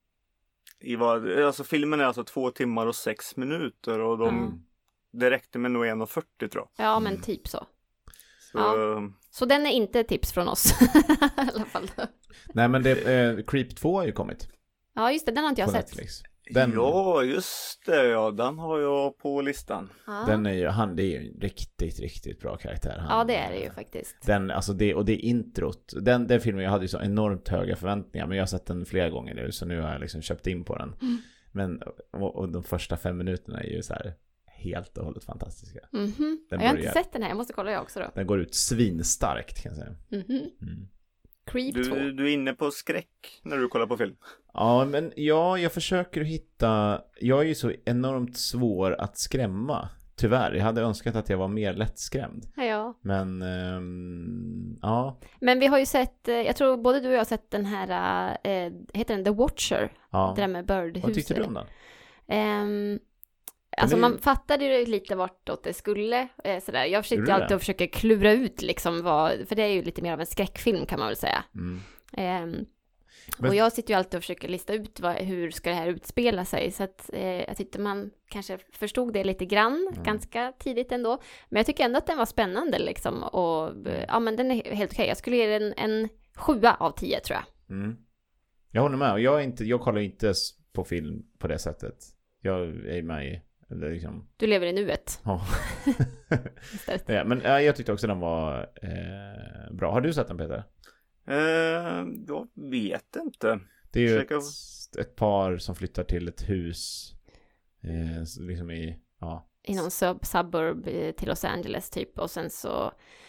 i vad, alltså filmen är alltså två timmar och sex minuter och de... Mm. Det räckte med nog en och fyrtio tror jag. Ja, men typ så. Så, Ja. Så den är inte tips från oss. I alla fall. Nej, men det, eh, Creep två har ju kommit Ja, just det. Den har inte jag på sett. Netflix. Den, Ja, just det. Ja, den har jag på listan. Ja. den är ju, han, det är ju en riktigt, riktigt bra karaktär. Han, Ja, det är det ju faktiskt. Den, alltså det, och det introt, den, den filmen, jag hade ju så enormt höga förväntningar, men jag har sett den flera gånger nu, så nu har jag liksom köpt in på den. Mm. Men, och, och de första fem minuterna är ju så här helt och hållet fantastiska. Mhm. Den Jag har inte börjar- sett den här. Jag måste kolla jag också då. Den går ut svinstarkt kan jag säga. Mhm. Mm. Creep två. Du, du är inne på skräck när du kollar på film. Ja, men ja, jag försöker hitta, jag är ju så enormt svår att skrämma. Tyvärr, jag hade önskat att jag var mer lättskrämd. Ja. Men, ehm, ja. Men vi har ju sett, eh, jag tror både du och jag har sett den här, eh, heter den The Watcher? ja. Det där med Birdhuset. Vad tyckte du om den? Ehm, alltså är- man fattade ju lite vartåt det skulle. Eh, sådär. Jag försökte Gjorde ju du alltid det? att försöka klura ut liksom vad, för det är ju lite mer av en skräckfilm kan man väl säga. Mm. Ehm, Men- Och jag sitter ju alltid och försöker lista ut vad, hur ska det här utspela sig. Så att eh, jag tyckte man kanske förstod det lite grann, Mm. ganska tidigt ändå. Men jag tycker ändå att den var spännande liksom. Och eh, ja, men den är helt okej. Jag skulle ge den en sjua av tio tror jag. Mm. Jag håller med. Och Jag, är inte, jag kollar inte s- på film på det sättet. Jag är med i... Eller liksom, Du lever i nuet ja. istället. Ja, men ja, jag tyckte också den var eh, bra. Har du sett den, Peter? Eh, jag vet inte. Det är ju Försöka- ett, ett par som flyttar till ett hus eh, så liksom i... Ja. I någon sub suburb eh, till Los Angeles typ. Och sen så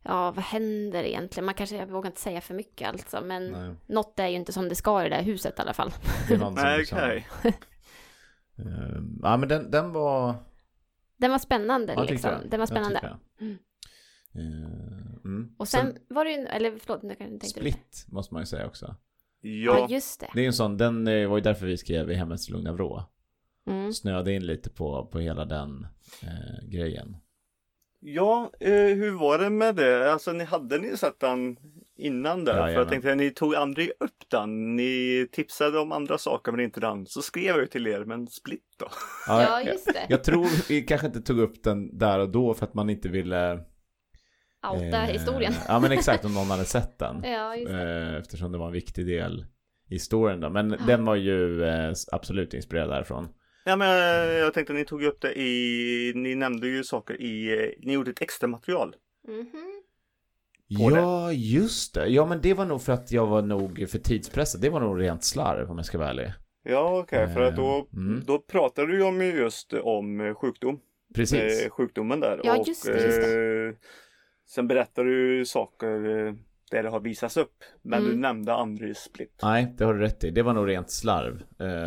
ja, vad händer egentligen? Man kanske, jag vågar inte säga för mycket alltså, men Nej. något är ju inte som det ska i det där huset i alla fall. Det är någon som Nej, liksom, okej. uh, ja, men den, den var... Den var spännande Ja, liksom. tyckte jag. Den var Jag spännande. tyckte jag. Mm. Uh, mm. Och sen, var det ju, eller förlåt, nu kan jag inte Split måste man ju säga också. Ja, Ja, just det. Det är ju en sån, den eh, var ju därför vi skrev i Hemmets lugna vrå. Mm. Snöade in lite på, på hela den eh, grejen. ja eh, hur var det med det? Alltså ni hade ni sett den innan där? Ja, för jag tänkte att ni tog aldrig upp den. Ni tipsade om andra saker men inte den. Så skrev jag ju till er, men Split då? Ja, just det. Jag, jag tror vi kanske inte tog upp den där och då för att man inte ville... Outa eh, historien. Ja, men exakt, om någon hade sett den. Ja, just det. Eh, eftersom det var en viktig del i historien då. Men den var ju eh, absolut inspirerad därifrån. Ja, men jag, jag tänkte att ni tog upp det i, ni nämnde ju saker i, eh, ni gjorde ett extra material. Mhm. På Ja, just det. Ja, men det var nog för att jag var nog för tidspressad. Det var nog rent slarv om jag ska vara ärlig. Ja, okej, okay, för att då, Mm. då pratade du ju om just om sjukdom. Precis. Eh, sjukdomen där. Ja, och, just det, just det. Eh, sen berättar du saker eh, där det har visats upp. Men Mm. du nämnde aldrig Split. Nej, det har du rätt i. Det var nog rent slarv.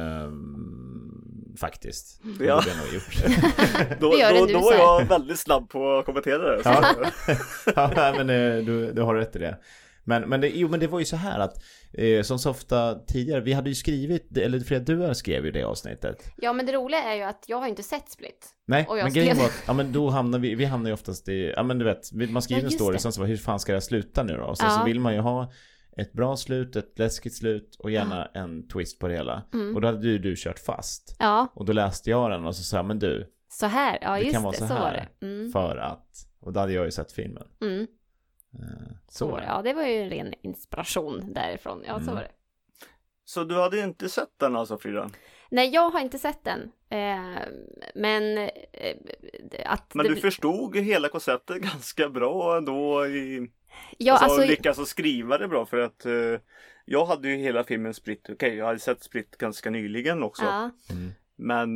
Ehm, faktiskt. Det Ja. borde jag nog gjort. Då, Vi gör det då, nu då så var här. jag väldigt snabb på att kommentera det. Så. Ja. Ja, men eh, du, du har rätt i det. Men, men, det, jo, men det var ju så här att eh, som så ofta tidigare, vi hade ju skrivit, eller Frida, du skrev ju det avsnittet. Ja, men det roliga är ju att jag har inte sett Split. Nej, Och jag men grejen skrev- var att, ja men då hamnar vi, vi hamnar ju oftast i, ja men du vet, vi- man skriver Ja, en just story, det. sen så bara, hur fan ska jag sluta nu då? Och sen Ja. så vill man ju ha ett bra slut, ett läskigt slut och gärna en twist på det hela. Mm. Och då hade ju du kört fast. Ja, Och då läste jag den och så sa men du, så här. Ja, det just kan vara det. så Så var här. det. Mm. För att, och då hade jag ju sett filmen. Mm. Eh, Så var det. Ja, det var ju en ren inspiration därifrån. Ja, så Mm. var det. så du hade inte sett den alltså, Frida? Nej, jag har inte sett den. Eh, men eh, att Men det... du förstod hela konceptet ganska bra ändå i... Ja, alltså, alltså... lyckas att skriva det bra för att eh, jag hade ju hela filmen Split. Okej, okay, jag hade sett Split ganska nyligen också. Ja, Mm. Men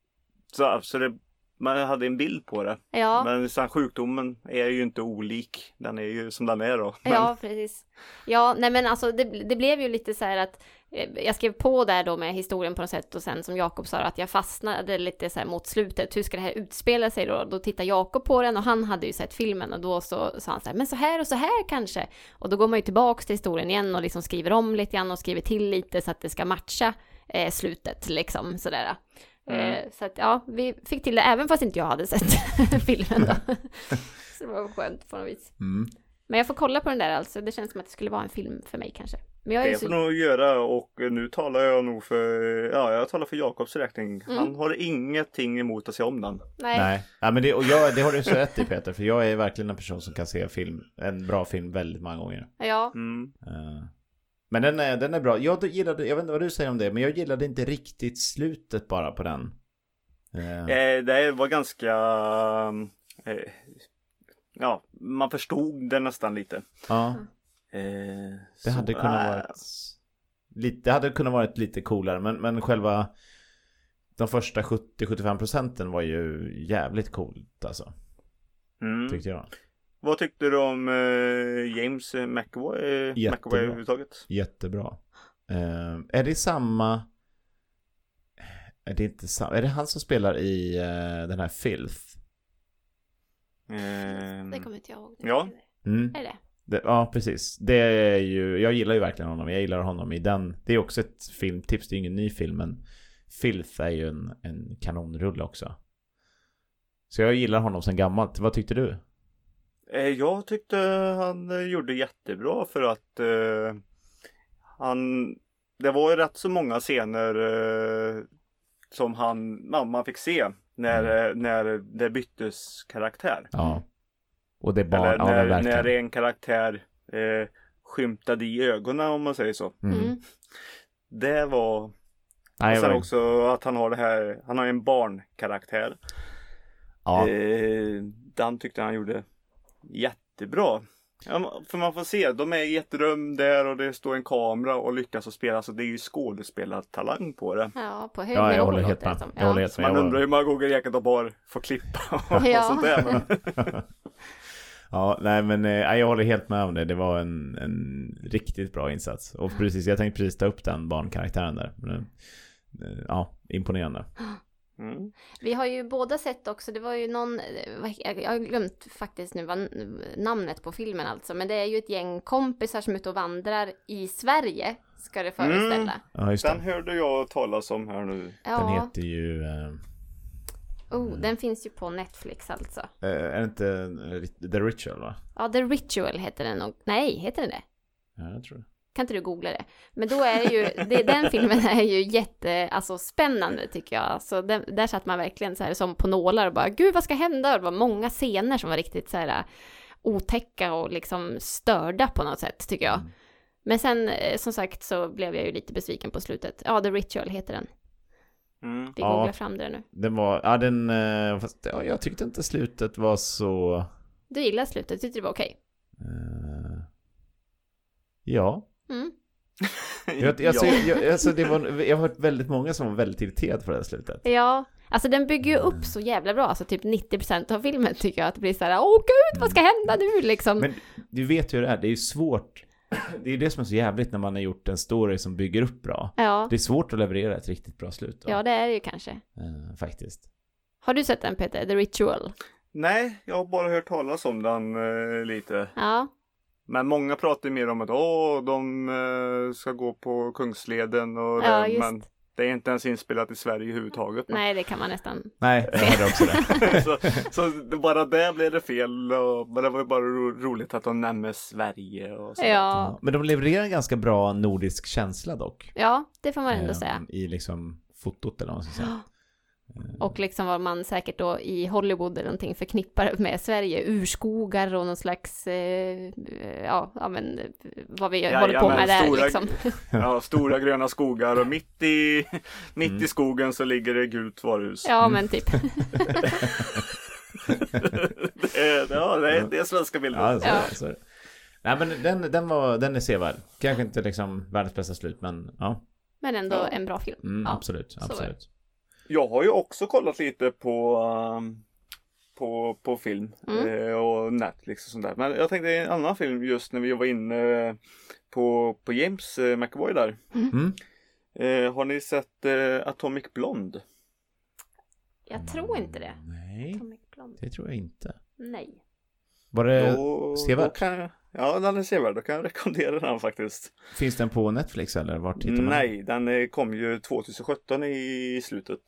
så, så det, man hade en bild på det. ja. Men sen sjukdomen är ju inte olik. Den är ju som den är då. Men, Ja, precis. Ja, nej men alltså det, det blev ju lite så här att eh, jag skrev på där då med historien på något sätt och sen som Jakob sa att jag fastnade lite så här mot slutet. Hur ska det här utspela sig då? Då tittar Jakob på den och han hade ju sett filmen och då så sa han så här, men så här och så här kanske. Och då går man ju tillbaks till historien igen och liksom skriver om lite grann och skriver till lite så att det ska matcha eh, slutet liksom sådär. Mm. Eh, så att ja, vi fick till det även fast inte jag hade sett filmen då. Så det var skönt på något vis. Mm. Men jag får kolla på den där alltså. Det känns som att det skulle vara en film för mig kanske. Men jag är det ju får så... nog göra och nu talar jag nog för, ja jag talar för Jakobs räkning. Mm. Han har ingenting emot att se om den. Nej. Nej, ja, men det, och jag, det har du så rätt i Peter, för jag är verkligen en person som kan se film, en bra film väldigt många gånger. Ja. Mm. Uh, men den är, den är bra. Jag gillade, jag vet inte vad du säger om det, men jag gillade inte riktigt slutet bara på den. Uh, Eh, det var ganska, eh, ja man förstod det nästan lite. ja, Eh, det hade så, kunnat äh, varit lite, det hade kunnat varit lite coolare, men, men själva de första sjuttio till sjuttiofem procenten var ju jävligt coolt alltså, mm. tyckte jag. Vad tyckte du om eh, James McAvoy, eh, Jättebra. McAvoy överhuvudtaget? Jättebra. Uh, är det samma, är det inte samma, är det han som spelar i uh, den här Filth? Eh, Det kommer inte jag ihåg. Ja. Mm. Är det? Det, ja, precis. Det är ju, jag gillar ju verkligen honom. Jag gillar honom i den. Det är också ett filmtips. Det är ingen ny film, men Filth är ju en, en kanonrulle också. Så jag gillar honom sen gammalt. Vad tyckte du? eh, jag tyckte han eh, gjorde jättebra för att eh, han, det var ju rätt så många scener eh, som han, man fick se när, Mm. eh, när det byttes karaktär. Ja. Och det är bara, Eller ja, när, men verkligen. när en karaktär eh, skymtade i ögonen om man säger så. Mm. Mm. Det var... Nej, och sen jag- också att han har det här, han har en barnkaraktär. Ja. Eh, den tyckte han gjorde jättebra. Ja, för man får se, de är i ett rum där och det står en kamera och lyckas att spela, så det är ju skådespelartalang på det. Ja, på hög Ja, jag nivå håller låter helt det med. som. Jag håller helt Så med. man Jag undrar hur många gånger Jakob har får klippa och, Ja. och sånt där. Men, Ja, nej men eh, jag håller helt med om det. Det var en, en riktigt bra insats. Och precis, jag tänkte precis ta upp den barnkaraktären där. Men, eh, ja, imponerande. Mm. Vi har ju båda sett också, det var ju någon, jag har glömt faktiskt nu vad namnet på filmen alltså, men det är ju ett gäng kompisar som är ute och vandrar i Sverige, ska det föreställa. Mm. Ja, just det. Den hörde jag talas om här nu. Ja. Den heter ju... Eh, oh, mm. Den finns ju på Netflix alltså. Eh, är det inte The Ritual, va? Ja, The Ritual heter den nog. Nej, heter den det? Ja, jag tror det. Kan inte du googla det? Men då är det ju, det, den filmen är ju jätte, alltså spännande tycker jag. Alltså den, där satt man verkligen så här som på nålar och bara, gud vad ska hända? Och det var många scener som var riktigt så här otäcka och liksom störda på något sätt tycker jag. Mm. Men sen som sagt så blev jag ju lite besviken på slutet. Ja, The Ritual heter den. Mm. Vi googlar ja, fram det nu. Den var, ja den, fast ja, jag tyckte inte slutet var så... Du gillar slutet, tyckte det var okej? Okay. Uh, ja. Mm. jag, alltså, jag, alltså, det var, jag har hört väldigt många som var väldigt irriterade på det här slutet. Ja, alltså den bygger ju upp så jävla bra. Alltså typ nittio procent av filmen tycker jag att det blir så här, åh gud, vad ska hända nu liksom. Men du vet ju hur det är, det är ju svårt. Det är ju det som är så jävligt när man har gjort en story som bygger upp bra. Ja. Det är svårt att leverera ett riktigt bra slut då. Ja, det är det ju kanske. Uh, faktiskt. Har du sett den, Peter? The Ritual? Nej, jag har bara hört talas om den uh, lite. Ja. Men många pratar mer om att åh, de uh, ska gå på Kungsleden och ja, det, just. Men det är inte ens inspelat i Sverige överhuvudtaget. Nej, det kan man nästan. Nej, jag hörde också det. så, så bara där blev det fel. Och, men det var ju bara ro, roligt att de nämner Sverige och så. Ja. Ja. Men de levererar en ganska bra nordisk känsla dock. Ja, det får man ändå eh, säga. I liksom fotot eller vad man ska säga. Och liksom vad man säkert då i Hollywood eller någonting förknippar med Sverige, urskogar och någon slags eh, ja, ja men vad vi ja, håller ja, på med där stora, liksom. Ja, stora gröna skogar och mitt i mitt mm. i skogen så ligger det gult varuhus. Ja, mm. men typ. det, är, ja, det, är, det är svenska bilder. Ja, så, ja. Så. Nej, men den, den, var, den är sevärd. Kanske inte liksom världens bästa slut, men ja. Men ändå ja. en bra film. Mm, ja. Absolut, absolut. Jag har ju också kollat lite på um, på, på film mm. eh, och Netflix och sånt där. Men jag tänkte en annan film just när vi var inne på, på James eh, McAvoy där. Mm. Eh, har ni sett eh, Atomic Blonde? Jag tror inte det. Nej, Atomic Blonde. Det tror jag inte. Nej. Var det då, sevärd? Då kan jag, ja, den är sevärd. Då kan jag rekommendera den faktiskt. Finns den på Netflix eller vart hittar man? Nej, den kom ju tjugohundrasjutton i slutet.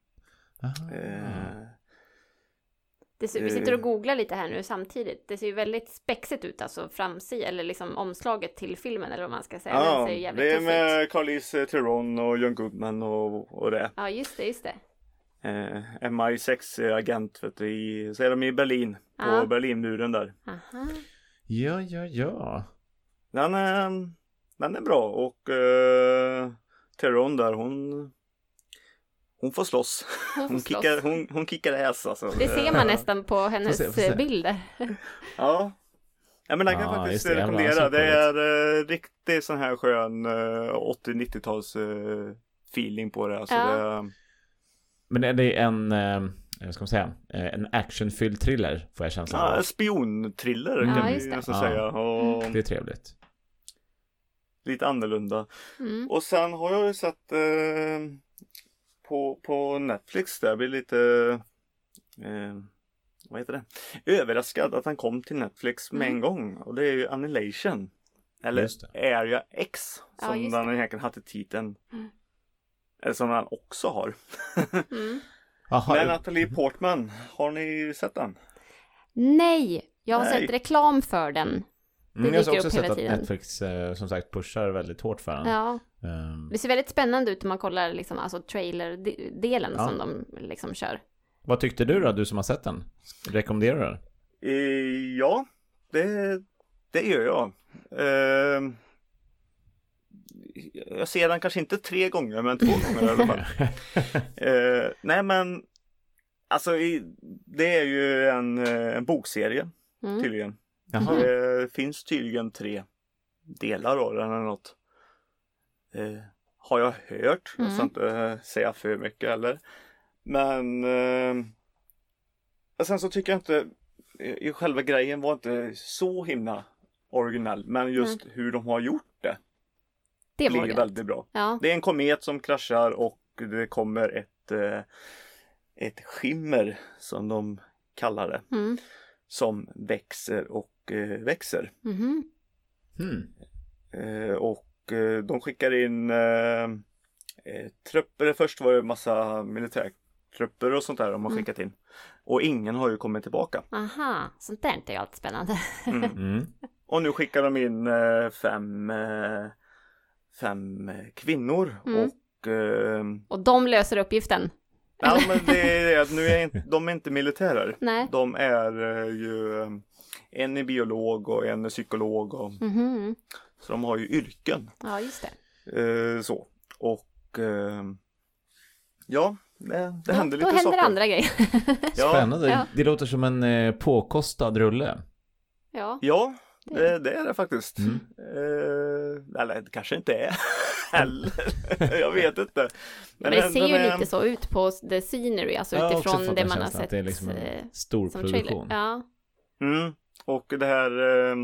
Eh, det ser, vi sitter och googlar lite här nu samtidigt. Det ser ju väldigt spexigt ut, alltså framsidan eller liksom omslaget till filmen eller vad man ska säga. Ja, ser jävligt det är med ut. Charlize Theron och John Goodman och, och det. Ja, just det, just det. Eh, M I sex-agent vet du, i, så är de i Berlin, på ja. Berlinmuren där. Aha. Ja, ja, ja. Den är, den är bra och eh, Theron där, hon hon får slåss. Hon, får hon, slåss. kickar, hon, hon kickar ass alltså. Det ser man nästan på hennes får se, får se. bilder. Ja. Ja, men den kan ja, jag faktiskt det, rekommendera. Det är uh, riktigt sån här skön uh, åttio-nittio-tals uh, feeling på det. Alltså ja. det. Men är det en, eh, vad ska man säga, en actionfylld thriller får jag känslan av? Ja, spionthriller mm. kan ja, vi det. nästan ja. säga. Och det är trevligt. Lite annorlunda. Mm. Och sen har jag ju sett uh, på, på Netflix där blir lite uh, vad heter det? Överraskad att han kom till Netflix med mm. en gång. Och det är ju Annihilation. Eller Area X. Som ja, den egentligen hade titeln. Mm. Eller som han också har. mm. Men Natalie Portman, har ni sett den? Nej, jag har Nej. sett reklam för den. Det mm, jag har också upp sett hela att tiden. Netflix eh, som sagt pushar väldigt hårt för den. Ja. Um, Det ser väldigt spännande ut om man kollar liksom, alltså trailer-delen ja. som de liksom kör. Vad tyckte du då, du som har sett den? Rekommenderar du den? Eh, ja, det, det gör jag. Eh, jag ser den kanske inte tre gånger, men två gånger i alla fall. eh, nej, men alltså i, det är ju en, en bokserie Mm. tydligen. Jaha. Det finns tydligen tre delar av den eller något. Eh, har jag hört. Mm. Jag ska inte eh, säga för mycket eller. Men eh, sen så tycker jag inte i själva grejen var inte så himla originell. Men just mm. hur de har gjort det. Det blir var väldigt bra. Ja. Det är en komet som kraschar och det kommer ett, eh, ett skimmer som de kallar det. Mm. Som växer och eh, växer. Mm. Mm. Eh, och eh, de skickar in eh, eh, trupper. Först var det en massa militärtrupper och sånt där de har Mm. skickat in. Och ingen har ju kommit tillbaka. Aha, sånt där är ju alltid spännande. Mm. Mm. Och nu skickar de in eh, fem, eh, fem eh, kvinnor. Mm. Och eh, Och de löser uppgiften. ja, men det är det. Nu är inte, de är inte militärer. Nej. De är eh, ju eh, en är biolog och en är psykolog. Och, Mhm. så de har ju yrken. Ja, just det. Eh, så. Och eh, ja, det, det Ja, händer då lite händer saker. andra grejer. Ja, Spännande. Ja. Det låter som en eh, påkostad rulle. Ja. ja det, det är det faktiskt. Mm. Eh, eller det kanske inte är heller. Jag vet inte. Men det ser den ju är- lite så ut på the scenery, alltså Jag har också utifrån fått det en man har känsla att sett det är liksom eh, en stor som produktion. trailer. Ja. Mm. Och det här eh,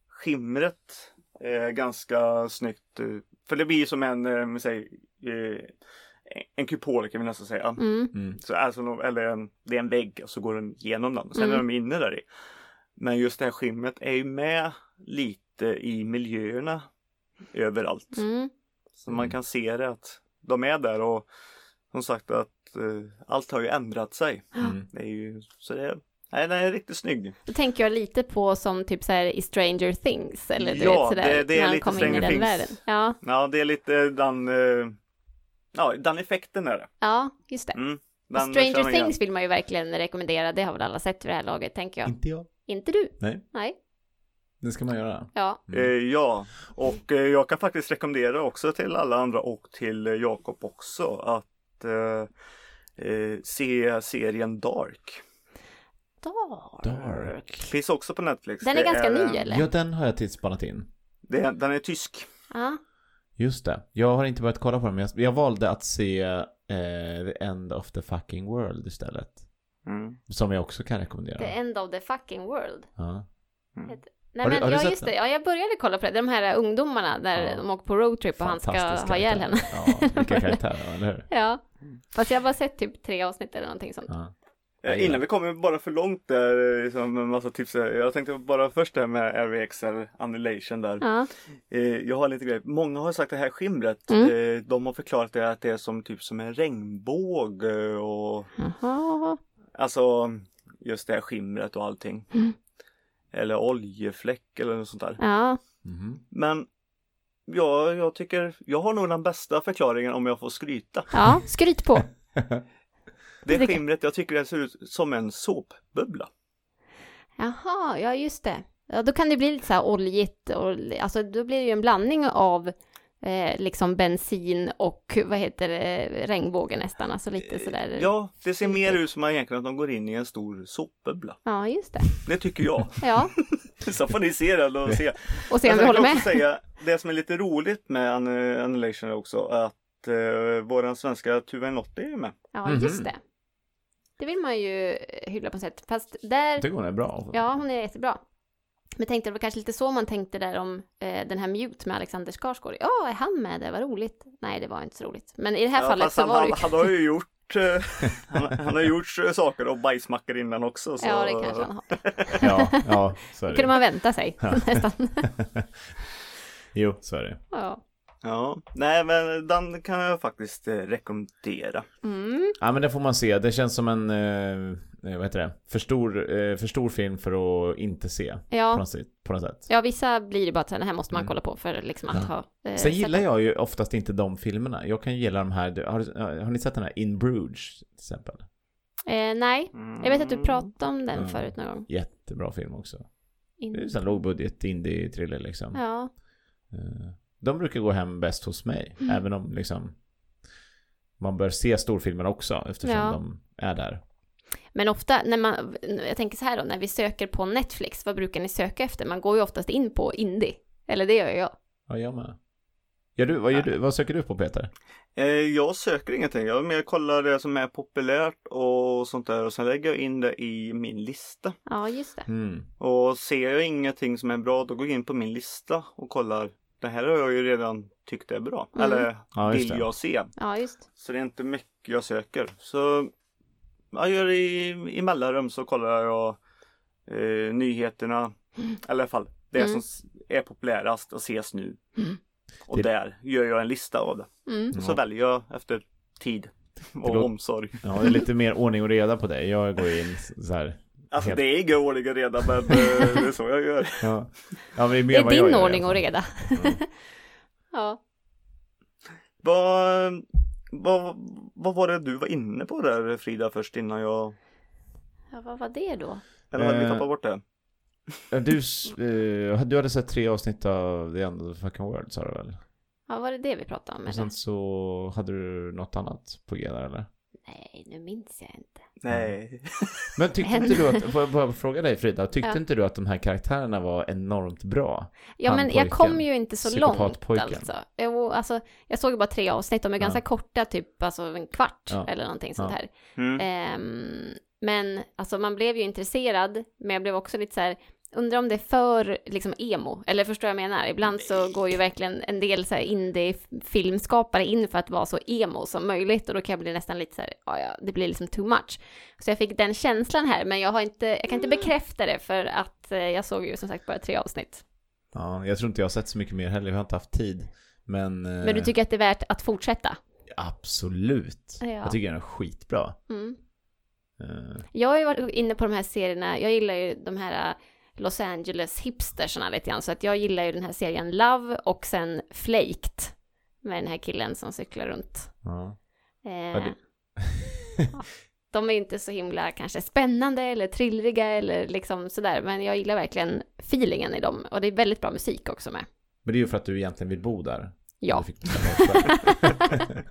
skimret är ganska snyggt. eh, För det blir som en, eh, säg, eh, en kupol kan vi nästan säga. Mm. Mm. Så alltså, no- eller en, det är en vägg och så går den igenom den. Och sen Mm. är de inne där i. Men just det här skimret är ju med lite i miljöerna överallt. Mm. Så man kan se det att de är där och som sagt att eh, allt har ju ändrat sig. Mm. Det är ju, så det är, nej, den är riktigt snygg. Då tänker jag lite på som typ så här i Stranger Things. Eller du Ja, vet sådär. det- det är när han lite kommer in i Stranger den Things. världen. Ja, Ja, det är lite den, eh, ja, den effekten är det. ja, just det. Mm, Och den känner Stranger man igen. Things vill man ju verkligen rekommendera. Det har väl alla sett vid det här laget, tänker jag. Inte jag. Inte du? Nej, Nej. det ska man göra. Ja. Eh, ja, och eh, jag kan faktiskt rekommendera också till alla andra och till eh, Jakob också att eh, eh, se serien Dark. Dark. Dark. Finns också på Netflix. Den är Det ganska en- ny, eller? Ja, den har jag tidsspanat in. Det är, den är tysk. Ja. Just det. Jag har inte börjat kolla på den, men jag, jag valde att se eh, The End of the Fucking World istället. Mm. Som jag också kan rekommendera. The End of the Fucking World. Ja. Nej, Har du- men, har du ja, sett just den? det. Ja, jag började kolla på det. De här ungdomarna där Ja. de åker på roadtrip och han ska Fantastiska ha ihjäl henne. karaktärer. Ja, vilka karaktärer, eller hur? Ja. Fast jag har bara sett typ tre avsnitt eller någonting sånt. Ja. Eh, Innan vi kommer bara för långt där, eh, liksom en massa tips. här. Jag tänkte bara först det här med R V X eller Annihilation där. Ja. Eh, jag har lite grejer. Många har sagt det här skimret. Mm. Eh, de har förklarat det att det är som typ som en regnbåge och Jaha. alltså just det här skimret och allting. Mm. Eller oljefläck eller något sånt där. Ja. Mhm. Men ja, jag tycker jag har nog den bästa förklaringen om jag får skryta. Ja, skryt på. Det tycker- skimret, jag tycker det ser ut som en såpbubbla. Jaha, ja just det. Ja, då kan det bli lite så här oljigt och alltså då blir det ju en blandning av eh, liksom bensin och vad heter det, regnbåge nästan, alltså lite sådär. Ja, det ser mer ut som egentligen att de går in i en stor såpbubbla. Ja, just det. Det tycker jag. Ja, Så får ni se det och se. och se om Alltså, vi jag håller kan med. också säga, det som är lite roligt med An- Annihilation är också att eh, våran svenska Tuva Notte är med. Ja, Mhm. just det. Det vill man ju hylla på något sätt. Fast där, Jag tycker hon är bra. ja hon är jättebra. Men tänkte det var kanske lite så man tänkte där om eh, den här Mute med Alexander Skarsgård. Ja, är han med? Det var roligt. Nej, det var inte så roligt. Men i det här Ja, fallet fast så han, var det ju... han, han har ju gjort eh, han, han har gjort eh, saker och bajsmackor innan också. Så... Ja, det kanske han har. Ja, ja, så är Det kunde det. man vänta sig Ja. nästan. Jo, så är det. Ja. Ja, nej men den kan jag faktiskt eh, rekommendera. Mm. Ja, men det får man se. Det känns som en, eh, vad heter det? För stor, eh, för stor film för att inte se. På Ja. något sätt. På något sätt. ja, vissa blir det bara att den här måste man Mm. kolla på för liksom att Ja. ha... Eh, Sen gillar sett. jag ju oftast inte de filmerna. Jag kan gilla de här. Har, har ni sett den här In Bruges till exempel? Eh, nej, Mm. jag vet att du pratade om den Mm. förut någon gång. Jättebra film också. In... Det är en lågbudget indie-thriller liksom. Ja. Eh, De brukar gå hem bäst hos mig. Mm. Även om liksom man bör se storfilmer också eftersom Ja. de är där. Men ofta när man, jag tänker så här då, när vi söker på Netflix, vad brukar ni söka efter? Man går ju oftast in på indie. Eller det gör jag. Ja, jag med. Ja, du, vad, gör du, vad söker du på, Peter? Eh, jag söker ingenting. Jag mer kollar det som är populärt och sånt där. Och sen lägger jag in det i min lista. Ja, just det. Mm. Och ser jag ingenting som är bra, då går jag in på min lista och kollar. Det här har jag ju redan tyckt är bra. Mm. Eller Ja, just vill det. jag se. Ja, just. Så det är inte mycket jag söker. Så jag gör i, i mellanrum så kollar jag eh, nyheterna. Mm. Eller i alla fall det Mm. som s- är populärast och ses nu. Mm. Och Det- där gör jag en lista av det. Mm. Så Ja. väljer jag efter tid och Förlåt. omsorg. Ja, det är lite mer ordning och reda på dig. Jag går in så här. Alltså Helt- det är ingen ordning och reda, men eh, det är så jag gör. Ja, ja men det är mer Det är vad jag din gör, ordning i och alla fall. reda. Mm. Ja. Vad, vad, vad var det du var inne på där, Frida, först innan jag... Ja, vad var det då? Eller hade vi Eh, tappat bort det? Ja, Du, s- eh, du hade sett tre avsnitt av The End of the Fucking World, sa du väl? Ja, var det det vi pratade om? Och Eller? sen så hade du något annat på G där, eller? Nej, nu minns jag inte. Nej. Men tyckte Men- inte du att, får jag bara fråga dig, Frida, tyckte Ja. inte du att de här karaktärerna var enormt bra? Ja, Han men jag pojken, kom ju inte så långt psykopatpojken. alltså. Jo, alltså. Jag såg ju bara tre avsnitt, de är Ja. ganska korta, typ alltså en kvart Ja. eller någonting sånt Ja. här. Mm. Ehm, men alltså man blev ju intresserad, men jag blev också lite så här, undrar om det är för liksom emo, eller förstår jag vad jag menar? Ibland så går ju verkligen en del så här indie-filmskapare in för att vara så emo som möjligt, och då kan jag bli nästan lite så här, ja, ja, det blir liksom too much. Så jag fick den känslan här, men jag har inte, jag kan inte bekräfta det för att eh, jag såg ju som sagt bara tre avsnitt. Ja, jag tror inte jag har sett så mycket mer heller, jag har inte haft tid. Men, eh, Men du tycker att det är värt att fortsätta? absolut. Ja. Jag tycker den är skitbra. Mm. Eh, Jag har ju varit inne på de här serierna, jag gillar ju de här Los Angeles hipstersarna lite grann, så att jag gillar ju den här serien Love och sen Flaked med den här killen som cyklar runt. ja. Eh, Ja, det- ja. De är ju inte så himla kanske spännande eller trillriga eller liksom sådär, men jag gillar verkligen feelingen i dem, och det är väldigt bra musik också med. Men det är ju för att du egentligen vill bo där. Ja. Du fick bestämma själv.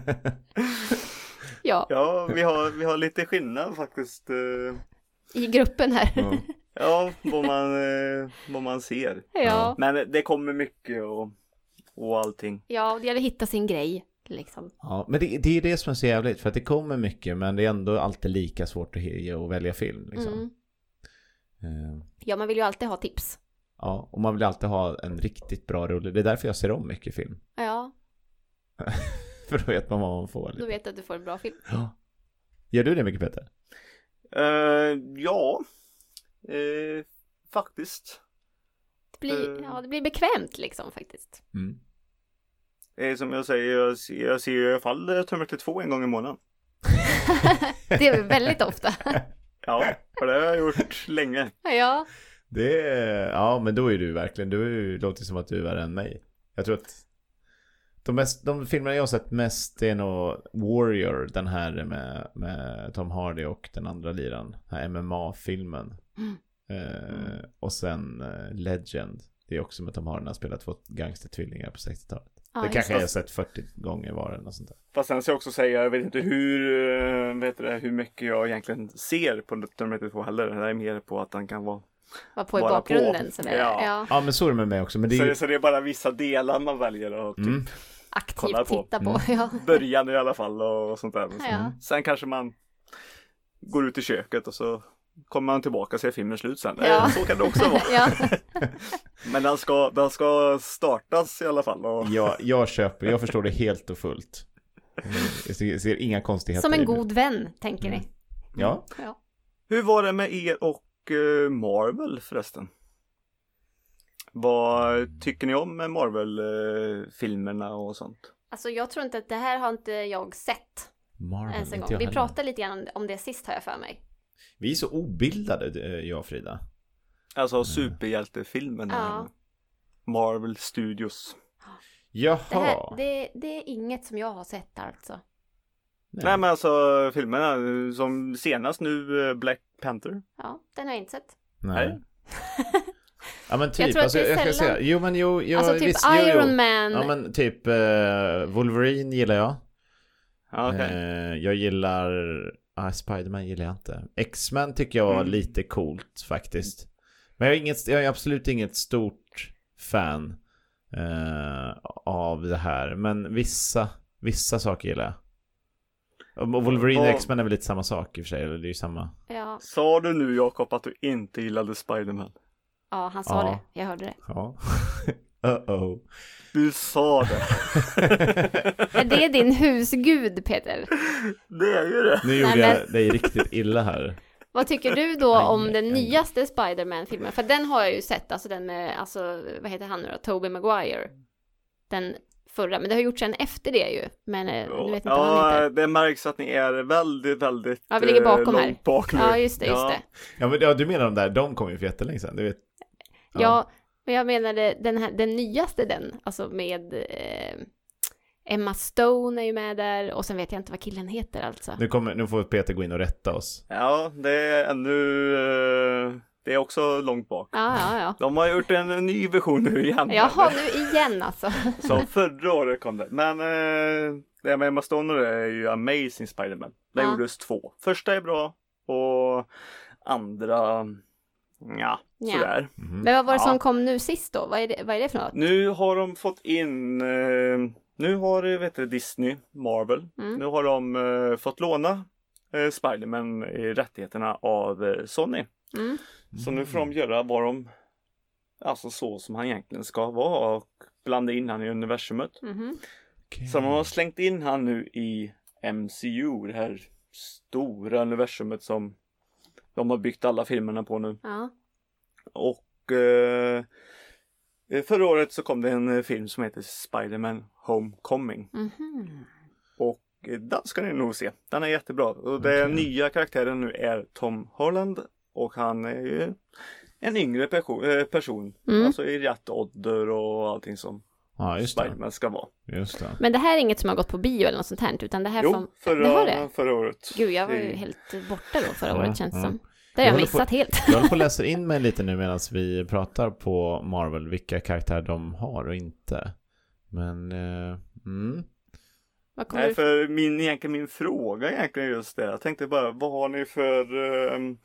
Ja, Ja, vi har, vi har lite skillnad faktiskt. eh, i gruppen här. Ja. Ja, vad man, eh, vad man ser. Ja, Men det kommer mycket och, och allting. ja, det gäller att hitta sin grej liksom. Ja, men det, det är det som är så jävligt, för att det kommer mycket, men det är ändå alltid lika svårt att, he- att välja film. Liksom. Mm. Eh, Ja, man vill ju alltid ha tips. ja, och man vill alltid ha en riktigt bra rulle. Det är därför jag ser om mycket film. Ja, För då vet man vad man får. då Lite. vet du att du får en bra film. Ja. Gör du det mycket, Peter? Eh, ja, eh, faktiskt. Det blir, Eh. ja, det blir bekvämt liksom faktiskt. Mm. Eh, som jag säger, jag ser, jag ser i alla fall eh, Terminator två en gång i månaden. Det är väldigt ofta. Ja, för det har jag gjort länge. Ja, Det är, ja, men då är du verkligen, du är ju, låter som att du är värre än mig. Jag tror att de, mest, de filmerna jag har sett mest är nog Warrior, den här med, med Tom Hardy och den andra liran, den här M M A-filmen. Mm. Eh, och sen eh, Legend, det är också med Tom Hardy, han har spelat två gangstertvillingar på sextiotalet. ja det just kanske jag har sett fyrtio gånger var eller något sånt där. Fast sen ska jag också säga, jag vet inte hur, eh, vet det, hur mycket jag egentligen ser på Terminator två heller. Det är mer på att den kan vara... var på i Bara bakgrunden på. sådär. Ja. Ja. Ja, men så är det med mig också. Men det Så, är ju, det, så det är bara vissa delar man väljer att typ mm, Aktivt Kolla på. titta på. Mm. Ja. början i alla fall och sånt där. Så. Ja. Sen kanske man går ut i köket och så kommer man tillbaka och ser filmen slut sen. Ja. Eh, Så kan det också vara. Ja. Men den ska, den ska startas i alla fall. Och... jag, jag köper, jag förstår det helt och fullt. Jag ser, ser inga konstigheter Som en i det. god vän, tänker ni. Ja. Ja. Hur var det med er och eh, Marvel förresten? Vad tycker ni om Marvel-filmerna och sånt? Alltså jag tror inte att det här har inte jag sett Marvel, ens en inte gång. jag Vi heller. pratade lite grann om, om det sist, har jag för mig. Vi är så obildade, eh, jag och Frida. Alltså superhjältefilmerna. Ja. Marvel Studios. Jaha. Det, här, det, det är inget som jag har sett alltså. Nej. Nej men alltså filmerna som senast nu eh, Black Panther. Ja, den har jag inte sett. Nej. Nej. Ja men typ, Jag tror att alltså, det är jag ska sällan- säga. Jo men jo, jo alltså typ visst, jo, Iron jo. Man. Ja men typ eh, Wolverine gillar jag. Ja, okej. Eh, jag gillar ah, Spider-Man gillar jag inte. X-Men tycker jag var Mm. lite coolt faktiskt. Men jag är, inget, jag är absolut inget stort fan. uh, av det här. Men vissa, vissa saker gillar jag. Och Wolverine och X-Men är väl lite samma sak i och för sig, eller det är ju samma. Ja. Sa du nu, Jakob, att du inte gillade Spider-Man? Ja, han sa Ja. det. Jag hörde det. Ja. Uh-oh. Du sa det. Är det din husgud, Peter? Det är ju det. Nu gjorde Nej, men- jag dig riktigt illa här. Vad tycker du då Nej, om nej, den nej. nyaste Spider-Man-filmen? För den har jag ju sett, alltså den med, alltså, vad heter han nu då? Tobey Maguire. Den förra, men det har gjorts en efter det ju. Men eh, nu vet inte vad han Ja, heter. det märks att ni är väldigt, väldigt Ja, vi ligger bakom eh, här. långt bak nu. Ja, just det, just Ja. det. Ja, men ja, du menar de där, de kom ju för jättelänge sedan, du vet. Ja, men jag menade den, här, den nyaste den, alltså med eh, Emma Stone är ju med där, och sen vet jag inte vad killen heter alltså. Nu, kommer, nu får Peter gå in och rätta oss. Ja, det är ännu... eh, Det är också långt bak. Ja, ja, ja. De har gjort en ny version nu igen. Jaha, nu igen alltså. Som förra året kom det. Men eh, det med Emma Stone är ju Amazing Spider-Man. Det Ja. gjordes två. Första är bra och andra... Ja, Ja. sådär. Mhm. Men vad var det Ja. som kom nu sist då? Vad är det, vad är det för något? Nu har de fått in... Eh, nu har eh, vet du, Disney, Marvel. Mm. Nu har de eh, fått låna eh, Spider-Man i rättigheterna av eh, Sony. Mm. Så nu får de göra vad de... Alltså så som han egentligen ska vara och blanda in han i universumet. Mhm. Okej. Så de har slängt in han nu i M C U, det här stora universumet som de har byggt alla filmerna på nu. Ja. Och eh, förra året så kom det en eh, film som heter Spider-Man Homecoming. Mhm. Och eh, den ska ni nog se. Den är jättebra. Och den Okej. nya karaktären nu är Tom Holland. Och han är ju en yngre perso- eh, person. Mm. Alltså i rätt ålder och allting som Ja, just det. Spider-Man ska vara. Just det. Men det här är inget som har gått på bio eller något sånt här, utan det här Jo, från... förra, det har det? förra året. Gud, jag var ju Det- helt borta då förra Ja, året, känns det ja. som. Det har jag Jag håller missat helt. Jag håller på att läsa in mig lite nu medan vi pratar på Marvel, vilka karaktärer de har och inte. Men, eh, mm. Vad kommer Nej, du... för min, egentligen min fråga egentligen är just det. Jag tänkte bara, vad har ni för ehm,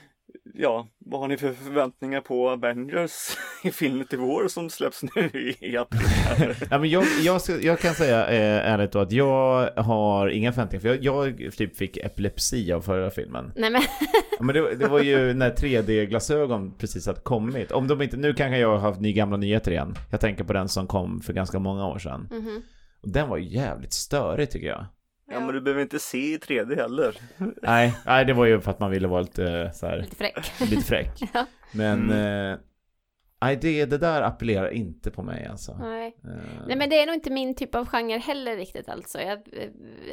ja, vad har ni för förväntningar på Avengers i filmen till vår som släpps nu i, i april? Ja, men jag, jag, ska, jag kan säga eh, ärligt då att jag har inga förväntningar, för jag, jag typ fick epilepsi av förra filmen. Nej men, Ja, men det, det var ju när tre D-glasögon precis hade kommit. Om de inte, nu kanske jag har haft ny gamla nyheter igen. Jag tänker på den som kom för ganska många år sedan. mhm. Och den var ju jävligt störig tycker jag. Ja, men du behöver inte se i tre D heller. Nej, nej, det var ju för att man ville vara lite så här, Lite fräck. lite fräck. Ja. Men Mm. eh, nej, det, det där appellerar inte på mig alltså. Nej. Eh, Nej, men det är nog inte min typ av genre heller riktigt alltså. Jag, eh,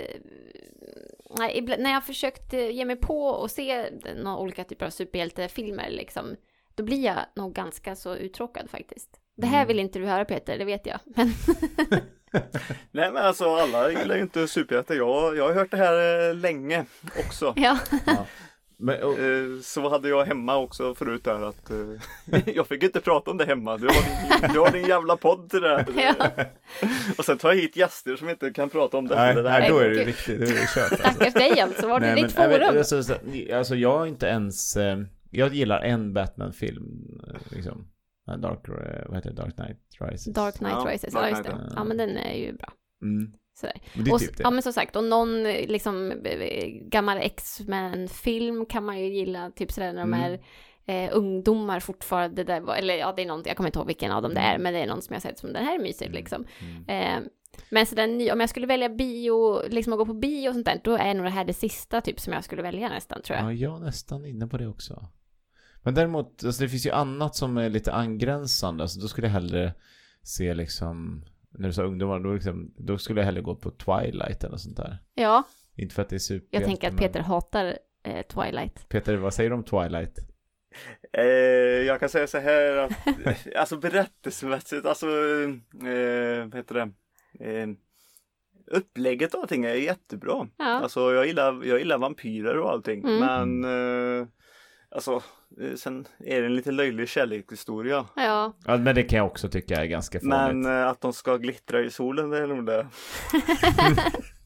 nej, ibland, när jag har försökt eh, ge mig på och se några olika typer av superhjältefilmer liksom, då blir jag nog ganska så uttråkad faktiskt. Det här Mm. vill inte du höra, Peter, det vet jag. Men Nej, men alltså alla gillar ju inte superhjältar. Jag, jag har hört det här eh, länge också. ja. men, och, Eh, Så hade jag hemma också förut där att eh, jag fick inte prata om det hemma. Du har din, du har din jävla podd till det här. Ja. Och sen tar jag hit gäster som inte kan prata om det. nej, det där. nej, då är det Gud. riktigt, då är det kört alltså. Stackars dig alltså, var det Nej, ditt men, jag vet- forum? alltså, så- alltså jag har inte ens eh, jag gillar en Batman-film eh, liksom. Dark, eh, vad heter det? Dark Knight Rises. Dark Knight Ja, Rises, Dark ja just det. Knight, ja. Ja, men den är ju bra. Mm. Sådär. Men det är Och, typ det. ja men som sagt, och någon eh, liksom eh, gammal X-Men-film kan man ju gilla, typ sådär när de Mm. är eh, ungdomar fortfarande där, var- eller ja det är någon, jag kommer inte ihåg vilken av dem det är, Mm. men det är någon som jag har sett som den här är mysig liksom. Mm. Eh, men så den, ny- om jag skulle välja bio, liksom att gå på bio och sånt där, då är nog det här det sista typ som jag skulle välja nästan, tror jag. Ja, jag är nästan inne på det också. Men däremot, alltså det finns ju annat som är lite angränsande. Alltså då skulle jag hellre se liksom, när du sa ungdomar, då, liksom, då skulle jag hellre gå på Twilight eller sånt där. Ja, Inte för att det är super. jag tänker att Peter hatar eh, Twilight. Peter, vad säger du om Twilight? Eh, jag kan säga så här att alltså berättelsemässigt, alltså eh, vad heter det? Eh, upplägget och allting är jättebra. Ja. Alltså jag gillar, jag gillar vampyrer och allting. Mm. Men eh, alltså eh, sen är det en lite löjlig kärlekshistoria. Ja, Ja, men det kan jag också tycka är ganska farligt. Men eh, att de ska glittra i solen, det är nog det.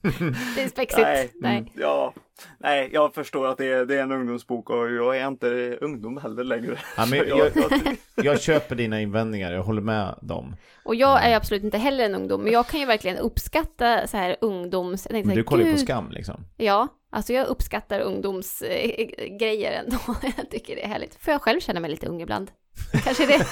Det är spexigt. Nej, Nej. mm, ja, nej, jag förstår att det är, det är en ungdomsbok och jag är inte ungdom heller längre. Ja, men jag, jag, jag köper dina invändningar, jag håller med dem. Och jag är absolut inte heller en ungdom, men jag kan ju verkligen uppskatta så här ungdoms... Jag tänkte, Men du så här, kollar ju på "Gud." Skam liksom. Ja, alltså jag uppskattar ungdomsgrejer ändå. Jag tycker det är härligt. För jag själv känner mig lite ung ibland. Kanske det.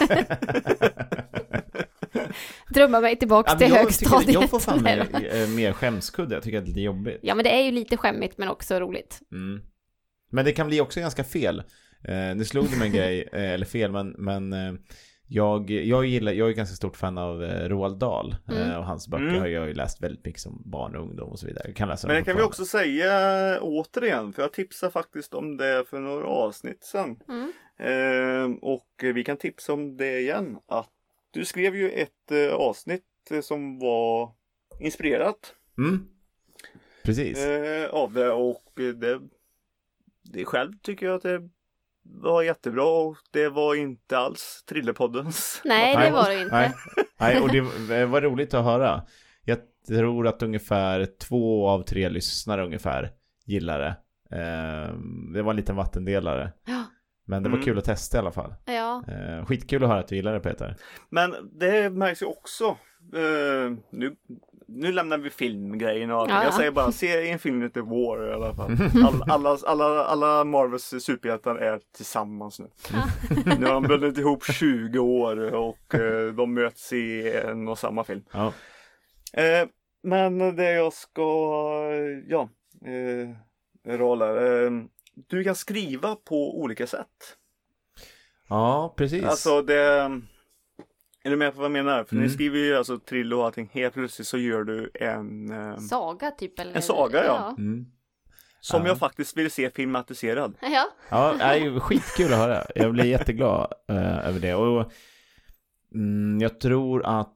Drömma mig tillbaka Ja, till jag, högstadiet. tycker, jag får fan mer, eh, mer skämskudde, jag tycker att det är lite jobbigt. Ja, men det är ju lite skämmigt men också roligt. Mm. Men det kan bli också ganska fel. Eh, det slog det med en grej, eh, eller fel, men, men eh, jag, jag gillar, jag är ganska stort fan av eh, Roald Dahl. Mm. Eh, och hans böcker Mm. har jag ju läst väldigt mycket som barn och ungdom och så vidare. Jag kan läsa Men det dem kan vi fortfarande. också säga återigen, för jag tipsade faktiskt om det för några avsnitt sedan. Mm. Eh, och vi kan tipsa om det igen, att du skrev ju ett eh, avsnitt eh, som var inspirerat Mm. Precis. eh, av det, och eh, det, det själv tycker jag att det var jättebra, och det var inte alls Thrillerpoddens. Nej, det Nej. var det inte. Nej. Nej, och det var roligt att höra. Jag tror att ungefär två av tre lyssnare ungefär gillar det. Eh, det var en liten vattendelare. Ja. Men det var Mm. kul att testa i alla fall. Ja. Eh, skitkul att höra att du gillar det, Peter. Men det märks ju också. Eh, nu, nu lämnar vi filmgrejen och allt. Ja, ja. Jag säger bara, se Infinity War i alla fall. All, alla, alla, alla Marvels superhjältar är tillsammans nu. Nu har de bundit ihop tjugo år och eh, de möts i en och samma film. Ja. Eh, men det jag ska, ja, eh, rolla. Eh, du kan skriva på olika sätt. Ja, precis. Alltså det, är du med på vad jag menar? För Mm. ni skriver ju alltså Trillo och allting. Helt plötsligt så gör du en, eh, Saga typ eller? En saga, ja. Mm. som Ja. jag faktiskt vill se filmatiserad. Ja. Ja, det är ju skitkul att höra. Jag blir jätteglad eh, över det. Och mm, jag tror att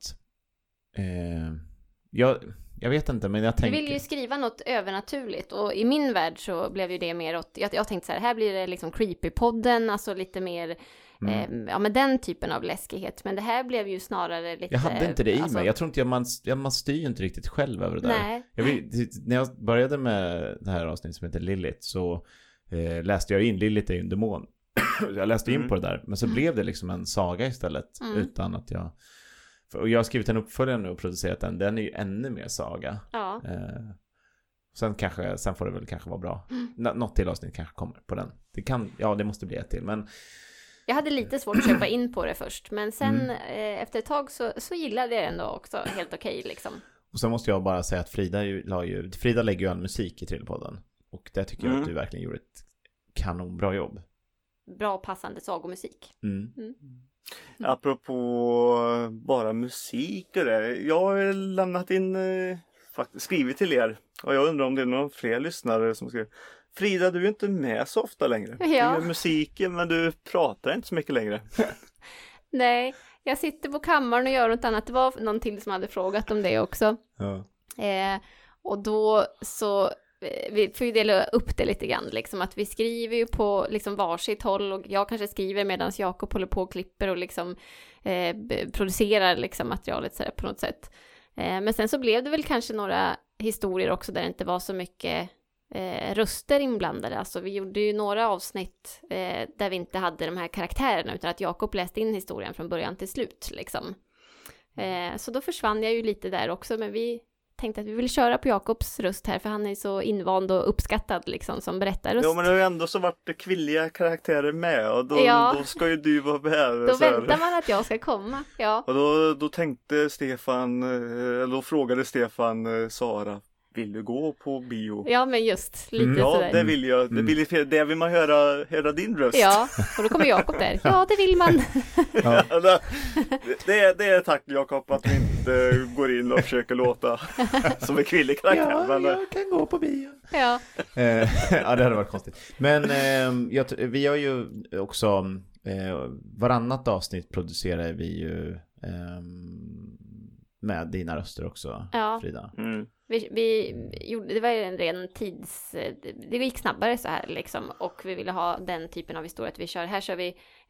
eh, jag, jag vet inte, men jag Du tänker... vill ju skriva något övernaturligt, och i min värld så blev ju det mer åt, jag, jag tänkte så här, här blir det liksom Creepypodden, alltså lite mer, Mm. eh, ja men den typen av läskighet, men det här blev ju snarare lite... Jag hade inte det i alltså, mig. Jag tror inte jag, man, jag, man styr ju inte riktigt själv över det där. Nej. Jag vill, när jag började med det här avsnittet som heter Lilith, så eh, läste jag in Lilith är ju en demon. Jag läste in Mm. på det där, men så blev det liksom en saga istället, Mm. utan att jag... För, och jag har skrivit en uppföljare nu och producerat den. Den är ju ännu mer saga. Ja. Eh, sen kanske, sen får det väl kanske vara bra. Mm. Nå- något till avsnitt kanske kommer på den. Det kan, ja det måste bli ett till, men Jag hade lite svårt att köpa in på det först, men sen Mm. eh, efter ett tag så, så gillade jag det ändå också helt okej liksom. och sen måste jag bara säga att Frida ju, la ju, Frida lägger ju all musik i Trillepodden. Och det tycker jag Mm. att du verkligen gjorde ett kanonbra jobb. Bra passande sagomusik. Mm. Apropå bara musik och det. Jag har lämnat in, eh, faktiskt skrivit till er. Och jag undrar om det är någon fler lyssnare som skriver. Frida, du är inte med så ofta längre. Ja. Du gör musiken, men du pratar inte så mycket längre. Nej, jag sitter på kammaren och gör något annat. Det var någon till som hade frågat om det också. Ja. Eh, och då så, eh, vi får ju dela upp det lite grann, liksom att vi skriver ju på liksom varsitt håll, och jag kanske skriver medan Jakob håller på och klipper och liksom eh, b- producerar liksom materialet så här på något sätt. Eh, men sen så blev det väl kanske några historier också där det inte var så mycket eh, röster inblandade. Alltså vi gjorde ju några avsnitt eh, där vi inte hade de här karaktärerna, utan att Jakob läste in historien från början till slut liksom. Eh, så då försvann jag ju lite där också, men vi tänkte att vi vill köra på Jakobs röst här, för han är så invand och uppskattad liksom som berättarröst. Ja, men det har ju ändå så varit det kvinnliga karaktärer med. Och då, Ja. då ska ju du vara med. Då så här. väntar man att jag ska komma, ja. Och då, då tänkte Stefan, eh, eller då frågade Stefan eh, Sara, vill du gå på bio? Ja, men just lite Mm. Ja, sådär. det vill jag. Det vill, det vill man höra, höra din röst. Ja, och då kommer Jakob där. Ja, det vill man. Ja. Eller, det, är, det är tack Jakob att vi inte går in och försöker låta som en kvinnlig karaktär. Ja, men, eh, jag kan gå på bio. Ja, Eh, ja, det hade varit konstigt. Men eh, jag, t- vi har ju också eh, varannat avsnitt producerar vi ju eh, med dina röster också, Ja. Frida. mm. vi, vi gjorde, det var ju en ren tids... Det gick snabbare så här liksom, och vi ville ha den typen av historia att vi kör. Här kör vi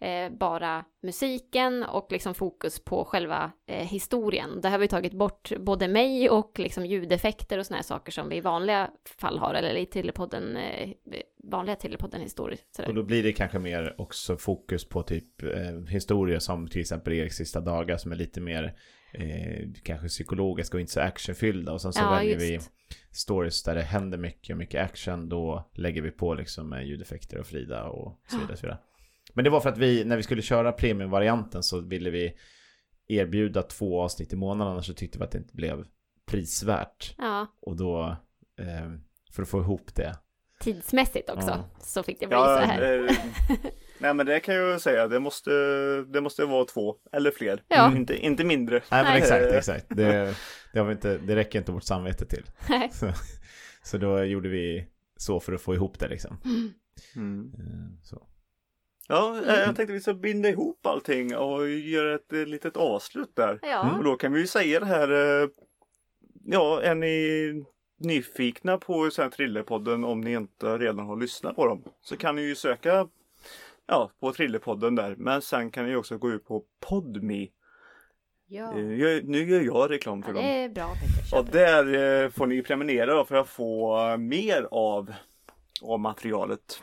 eh, bara musiken och liksom fokus på själva eh, historien. Där har vi tagit bort både mig och liksom ljudeffekter och såna här saker som vi i vanliga fall har, eller i Thrillerpodden, eh, vanliga Thrillerpodden historier. Sådär. Och då blir det kanske mer också fokus på typ eh, historier som till exempel Eriks sista dagar som är lite mer eh, kanske psykologiska och inte så actionfyllda, och sen så Ja, väljer just. vi stories där det händer mycket och mycket action, då lägger vi på liksom med ljudeffekter och Frida och så vidare, så vidare. Men det var för att vi, när vi skulle köra premiumvarianten så ville vi erbjuda två avsnitt i månaden, annars så tyckte vi att det inte blev prisvärt. Ja, Och då, eh, för att få ihop det. tidsmässigt också Ja. så fick det bli Ja, så här. eh, nej men det kan jag ju säga, det måste, det måste vara två eller fler, Ja. inte, inte mindre. Nej, men Nej. exakt, exakt. Det, det, har vi inte, det räcker inte vårt samvete till. Nej. Så, så då gjorde vi så för att få ihop det liksom. Mm. Eh, Så. Ja, eh, jag tänkte vi ska binda ihop allting och göra ett eh, litet avslut där. Ja, Och då kan vi ju säga det här, eh, ja, är ni nyfikna på så här Thrillerpodden, om ni inte redan har lyssnat på dem, så kan ni ju söka ja, på Thrillerpodden där. Men sen kan ni också gå ut på Podme. ja. Eh, jag, nu gör jag reklam för Ja, dem. det är bra, Peter. Kör Och på. där eh, får ni prenumerera då för att få eh, mer av, av materialet.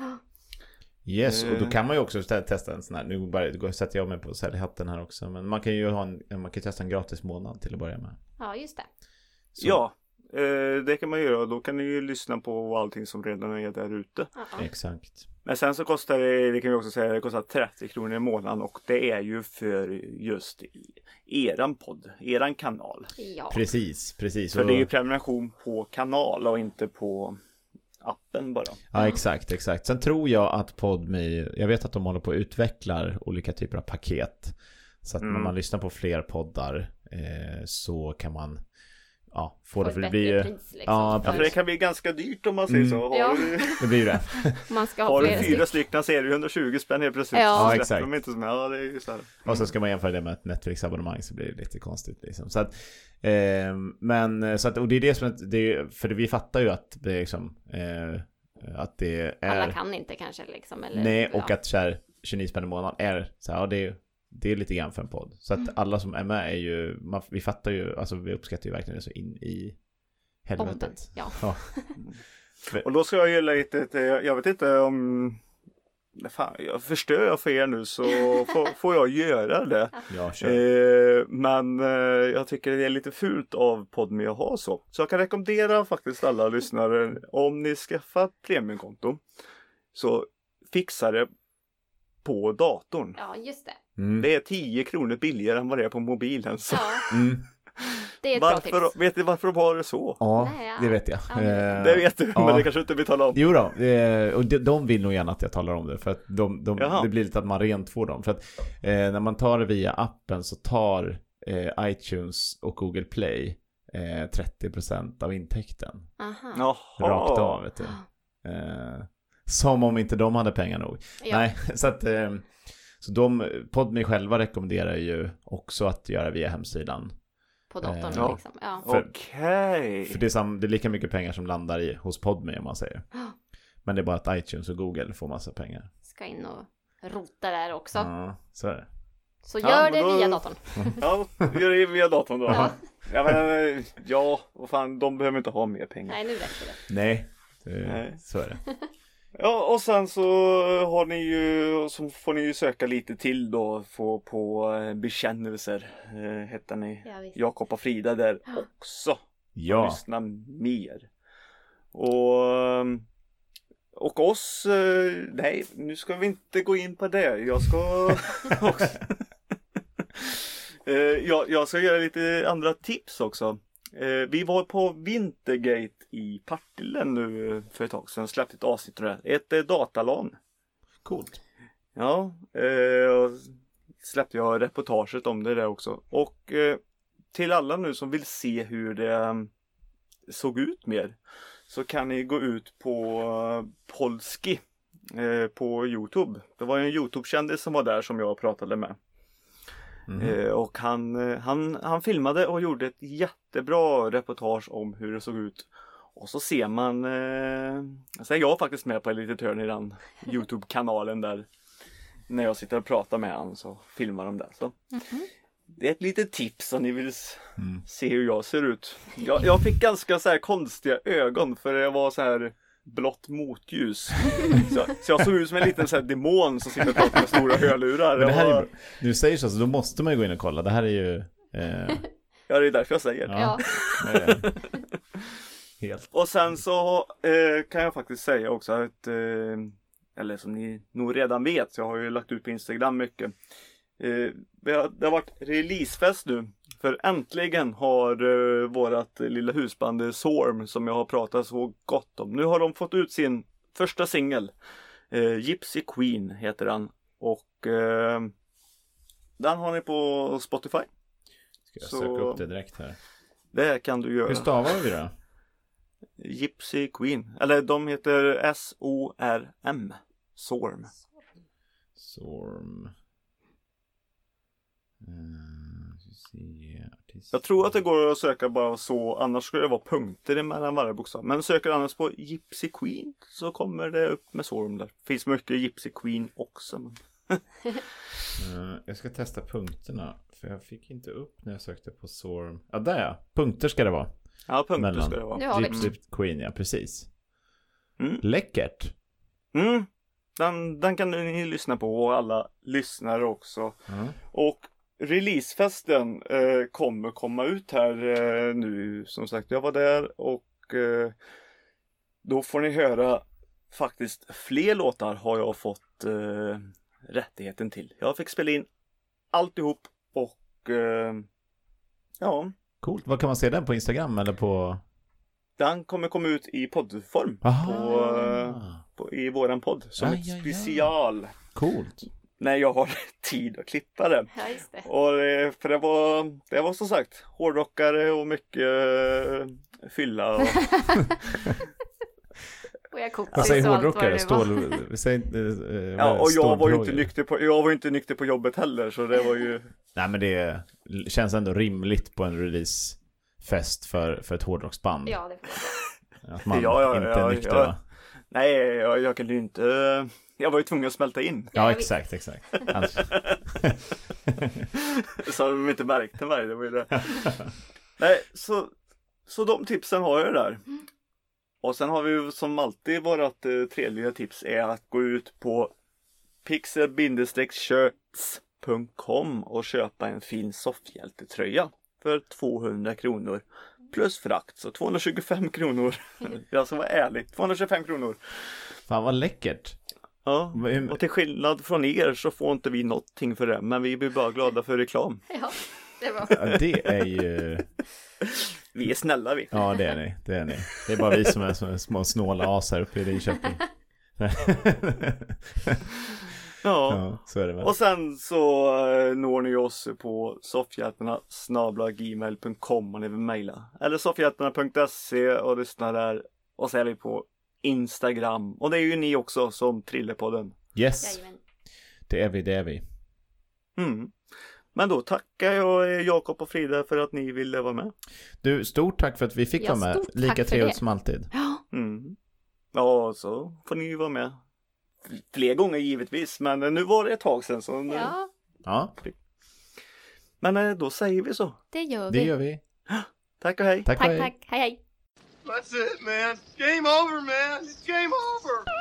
Yes, och då Eh. kan man ju också stä- testa en sån här, nu bara, då sätter jag mig på säljhatten här också, men man kan ju ha en, man kan testa en gratis månad till att börja med. Ja, just det. Så, Ja, eh, det kan man göra. Då kan ni ju lyssna på allting som redan är där ute. Ja, ja. Exakt. Men sen så kostar det, det kan vi också säga, det kostar trettio kronor i månaden, och det är ju för just eran podd, eran kanal. Ja. Precis, precis. Så Och, det är ju prenumeration på kanal och inte på appen bara. ja, exakt, exakt. Sen tror jag att Podme, jag vet att de håller på att utveckla olika typer av paket. Så att Mm. när man lyssnar på fler poddar eh, så kan man ja, få Få det, ett för det bättre blir ju, pris, liksom, ja, Ja, för det kan bli ganska dyrt om man säger Mm. så. Har, Ja. du, det blir ju det. Man ska ha har du flera fyra stycken. stycken så är det ju hundratjugo spänn helt plötsligt. Ja. Så Ja, släpper exakt. De inte som, ja, det är ju så här. Och så ska man jämföra det med ett Netflix-abonnemang, så blir det lite konstigt liksom. Så att, eh, men så att, och det är det som att det är, för vi fattar ju att det är liksom eh, att det är Alla kan inte kanske liksom. Eller, nej, och ja. att så här, tjugonio spänn i månaden är så här, ja, det är det är lite grann för en podd. Så att Mm. alla som är med är ju, man, vi fattar ju, alltså vi uppskattar ju verkligen det så in i Bomben. helvetet. Ja. Ja. Och då ska jag göra lite, jag jag vet inte om, fan, jag förstör jag för er nu så får, får jag göra det. Ja, kör. Eh, men eh, jag tycker det är lite fult av Podme att ha så. Så jag kan rekommendera faktiskt alla lyssnare, om ni skaffar premiumkonto, så fixa det på datorn. Ja, just det. Mm. Det är tio kronor billigare än vad det är på mobilen. Så. Ja, Mm. det är ett bra Varför, tips. vet ni varför de har det så? Ja, Nej, ja. det vet jag. Ja, det- Eh, Det vet du, ja. men det kanske inte vi talar om. Jo då, eh, och de, de vill nog gärna att jag talar om det, för att de, de, Jaha. det blir lite att man rentvår dem. För att eh, när man tar det via appen så tar eh, iTunes och Google Play eh, trettio procent av intäkten. Aha. Jaha. Rakt av, vet du. Eh, som om inte de hade pengar nog. Ja. Nej, så att eh, så de, Podme själva rekommenderar ju också att göra via hemsidan. På datorn Eh, ja. liksom. Ja. För- Okej. För det är, sam, det är lika mycket pengar som landar i, hos Podme, om man säger. Ja. Men det är bara att iTunes och Google får massa pengar. Ska in och rota där också. Ja, så är det. Så Ja, gör men det då- via datorn. Ja, gör det via datorn då. Ja. Ja, men, eh, ja, vad fan, de behöver inte ha mer pengar. Nej, nu räcker det. Nej, det, Nej. så är det. Ja, och sen så har ni ju, så får ni ju söka lite till då få på eh, bekännelser. Eh, heter ni Ja, visst. Jakob och Frida där också. Ja, Lyssna mer. Och, ehm, och oss, eh, nej, nu ska vi inte gå in på det. Jag ska också, eh, jag, jag ska göra lite andra tips också. Eh, vi var på Wintergate i Partille nu eh, för ett tag sedan, släppte ett avsnitt där. Ett eh, datalan. coolt. Ja, eh, och släppte jag reportaget om det där också. Och eh, till alla nu som vill se hur det eh, såg ut mer, så kan ni gå ut på eh, Polski eh, på YouTube. Det var en YouTube-kändis som var där som jag pratade med. Mm. Eh, och han, eh, han, han filmade och gjorde ett jättebra reportage om hur det såg ut. Och så ser man, eh, så är jag faktiskt med på ett litet hörn i den YouTube-kanalen där. när jag sitter och pratar med han så filmar de det. Så. Mm-hmm. Det är ett litet tips om ni vill Mm. se hur jag ser ut. Jag, jag fick ganska så här konstiga ögon för det var så här blått motljus. Så, så jag såg ut som en liten så här demon som sitter och pratar med stora hörlurar. Men det här är var... ju, du säger så, så då måste man ju gå in och kolla. Det här är ju... Eh, Ja, det är därför jag säger. ja. Ja. eh, helt. Och sen så eh, kan jag faktiskt säga också att, eh, eller som ni nog redan vet, så jag har ju lagt ut på Instagram mycket. Eh, det, har, det har varit releasefest nu. För äntligen har eh, vårat lilla husband Sorm, som jag har pratat så gott om. Nu har de fått ut sin första singel. Eh, Gypsy Queen heter den. Och eh, den har ni på Spotify. Ska jag Så- söka upp det direkt här. Det kan du göra. Hur stavar vi då? Gypsy Queen. Eller de heter S O R M. Sorm. Sorm. Uh, se, artist. Jag tror att det går att söka bara så. Annars skulle det vara punkter mellan varje bokstav. Men söker annars på Gypsy Queen så kommer det upp med Sorm där. Finns mycket Gypsy Queen också. Men... Uh, jag ska testa punkterna. För jag fick inte upp när jag sökte på Sorm. Ja, där ja. Punkter ska det vara. Ja, punkter Mellan. ska det vara. Nu har vi Gypsy Queen, ja precis. Mm. Läckert. Mm. Den, den kan ni lyssna på och alla lyssnare också. Ja. Och releasefesten eh, kommer komma ut här eh, nu. Som sagt, jag var där och eh, då får ni höra faktiskt fler låtar har jag fått eh, rättigheten till. Jag fick spela in alltihop och eh, ja, Coolt. Vad kan man se den på Instagram eller på... den kommer komma ut i poddform Aha. på, eh, på, i våran podd som Ja, ett ja, ja. special. Coolt. När jag har tid att klippa det. Ja, just det. Och det, för det var, det var som sagt hårdrockare och mycket uh, fylla. Och, Och jag kokade Vad säger så allt vad hårdrockare? det Stål... Säg, eh, eh, ja, och jag var ju inte stålbrojer. nykter på, jag var ju inte nykter på jobbet heller. Så det var ju... Nej, men det känns ändå rimligt på en releasefest för, för ett hårdrocksband. Ja, det får jag säga. Att man Ja, ja, inte ja, är nykter, ja. va? Nej, jag, jag kunde ju inte. Jag var ju tvungen att smälta in. Ja, Ja, exakt, exakt. Annars... Så de inte märkte mig. Det var ju det. Nej, så, så de tipsen har jag där. Och sen har vi ju som alltid vårat eh, tredje tips är att gå ut på pixel shirts punkt com och köpa en fin soffhjältetröja för tvåhundra kronor plus frakt, så tvåhundratjugofem kronor. Jag ska vara ärlig, tvåhundratjugofem kronor. Fan vad läckert. Ja, Men- och till skillnad från er så får inte vi någonting för det, men vi blir bara glada för reklam. Ja, det var. Ja, det är ju... Vi är snälla vi. Ja, det är ni. Det är ni. Det är bara vi som är, som är små snåla as här uppe i Linköping. Ja. Ja, så är det väl. Och sen så eh, når ni oss på soffhjältarna snabel-a gmail punkt com om ni vill mejla. Eller soffhjältarna punkt se och lyssna där. Och så är vi på Instagram. Och det är ju ni också som trillar på den. Yes, Jajamän. det är vi, det är vi. Mm. Men då tackar jag eh, Jakob och Frida för att ni ville vara med. Du, stort tack för att vi fick Ja, vara med. stort tack Lika för trevligt det. som alltid. Ja, Mm. Ja, så får ni ju vara med. Fler gånger givetvis, men eh, nu var det ett tag sedan. Så nu... ja, Ja, Men eh, då säger vi så. det gör vi. det gör vi. Tack och hej. Tack och Tack, hej. tack. Hej, hej. That's it, man. Game over, man. It's game over.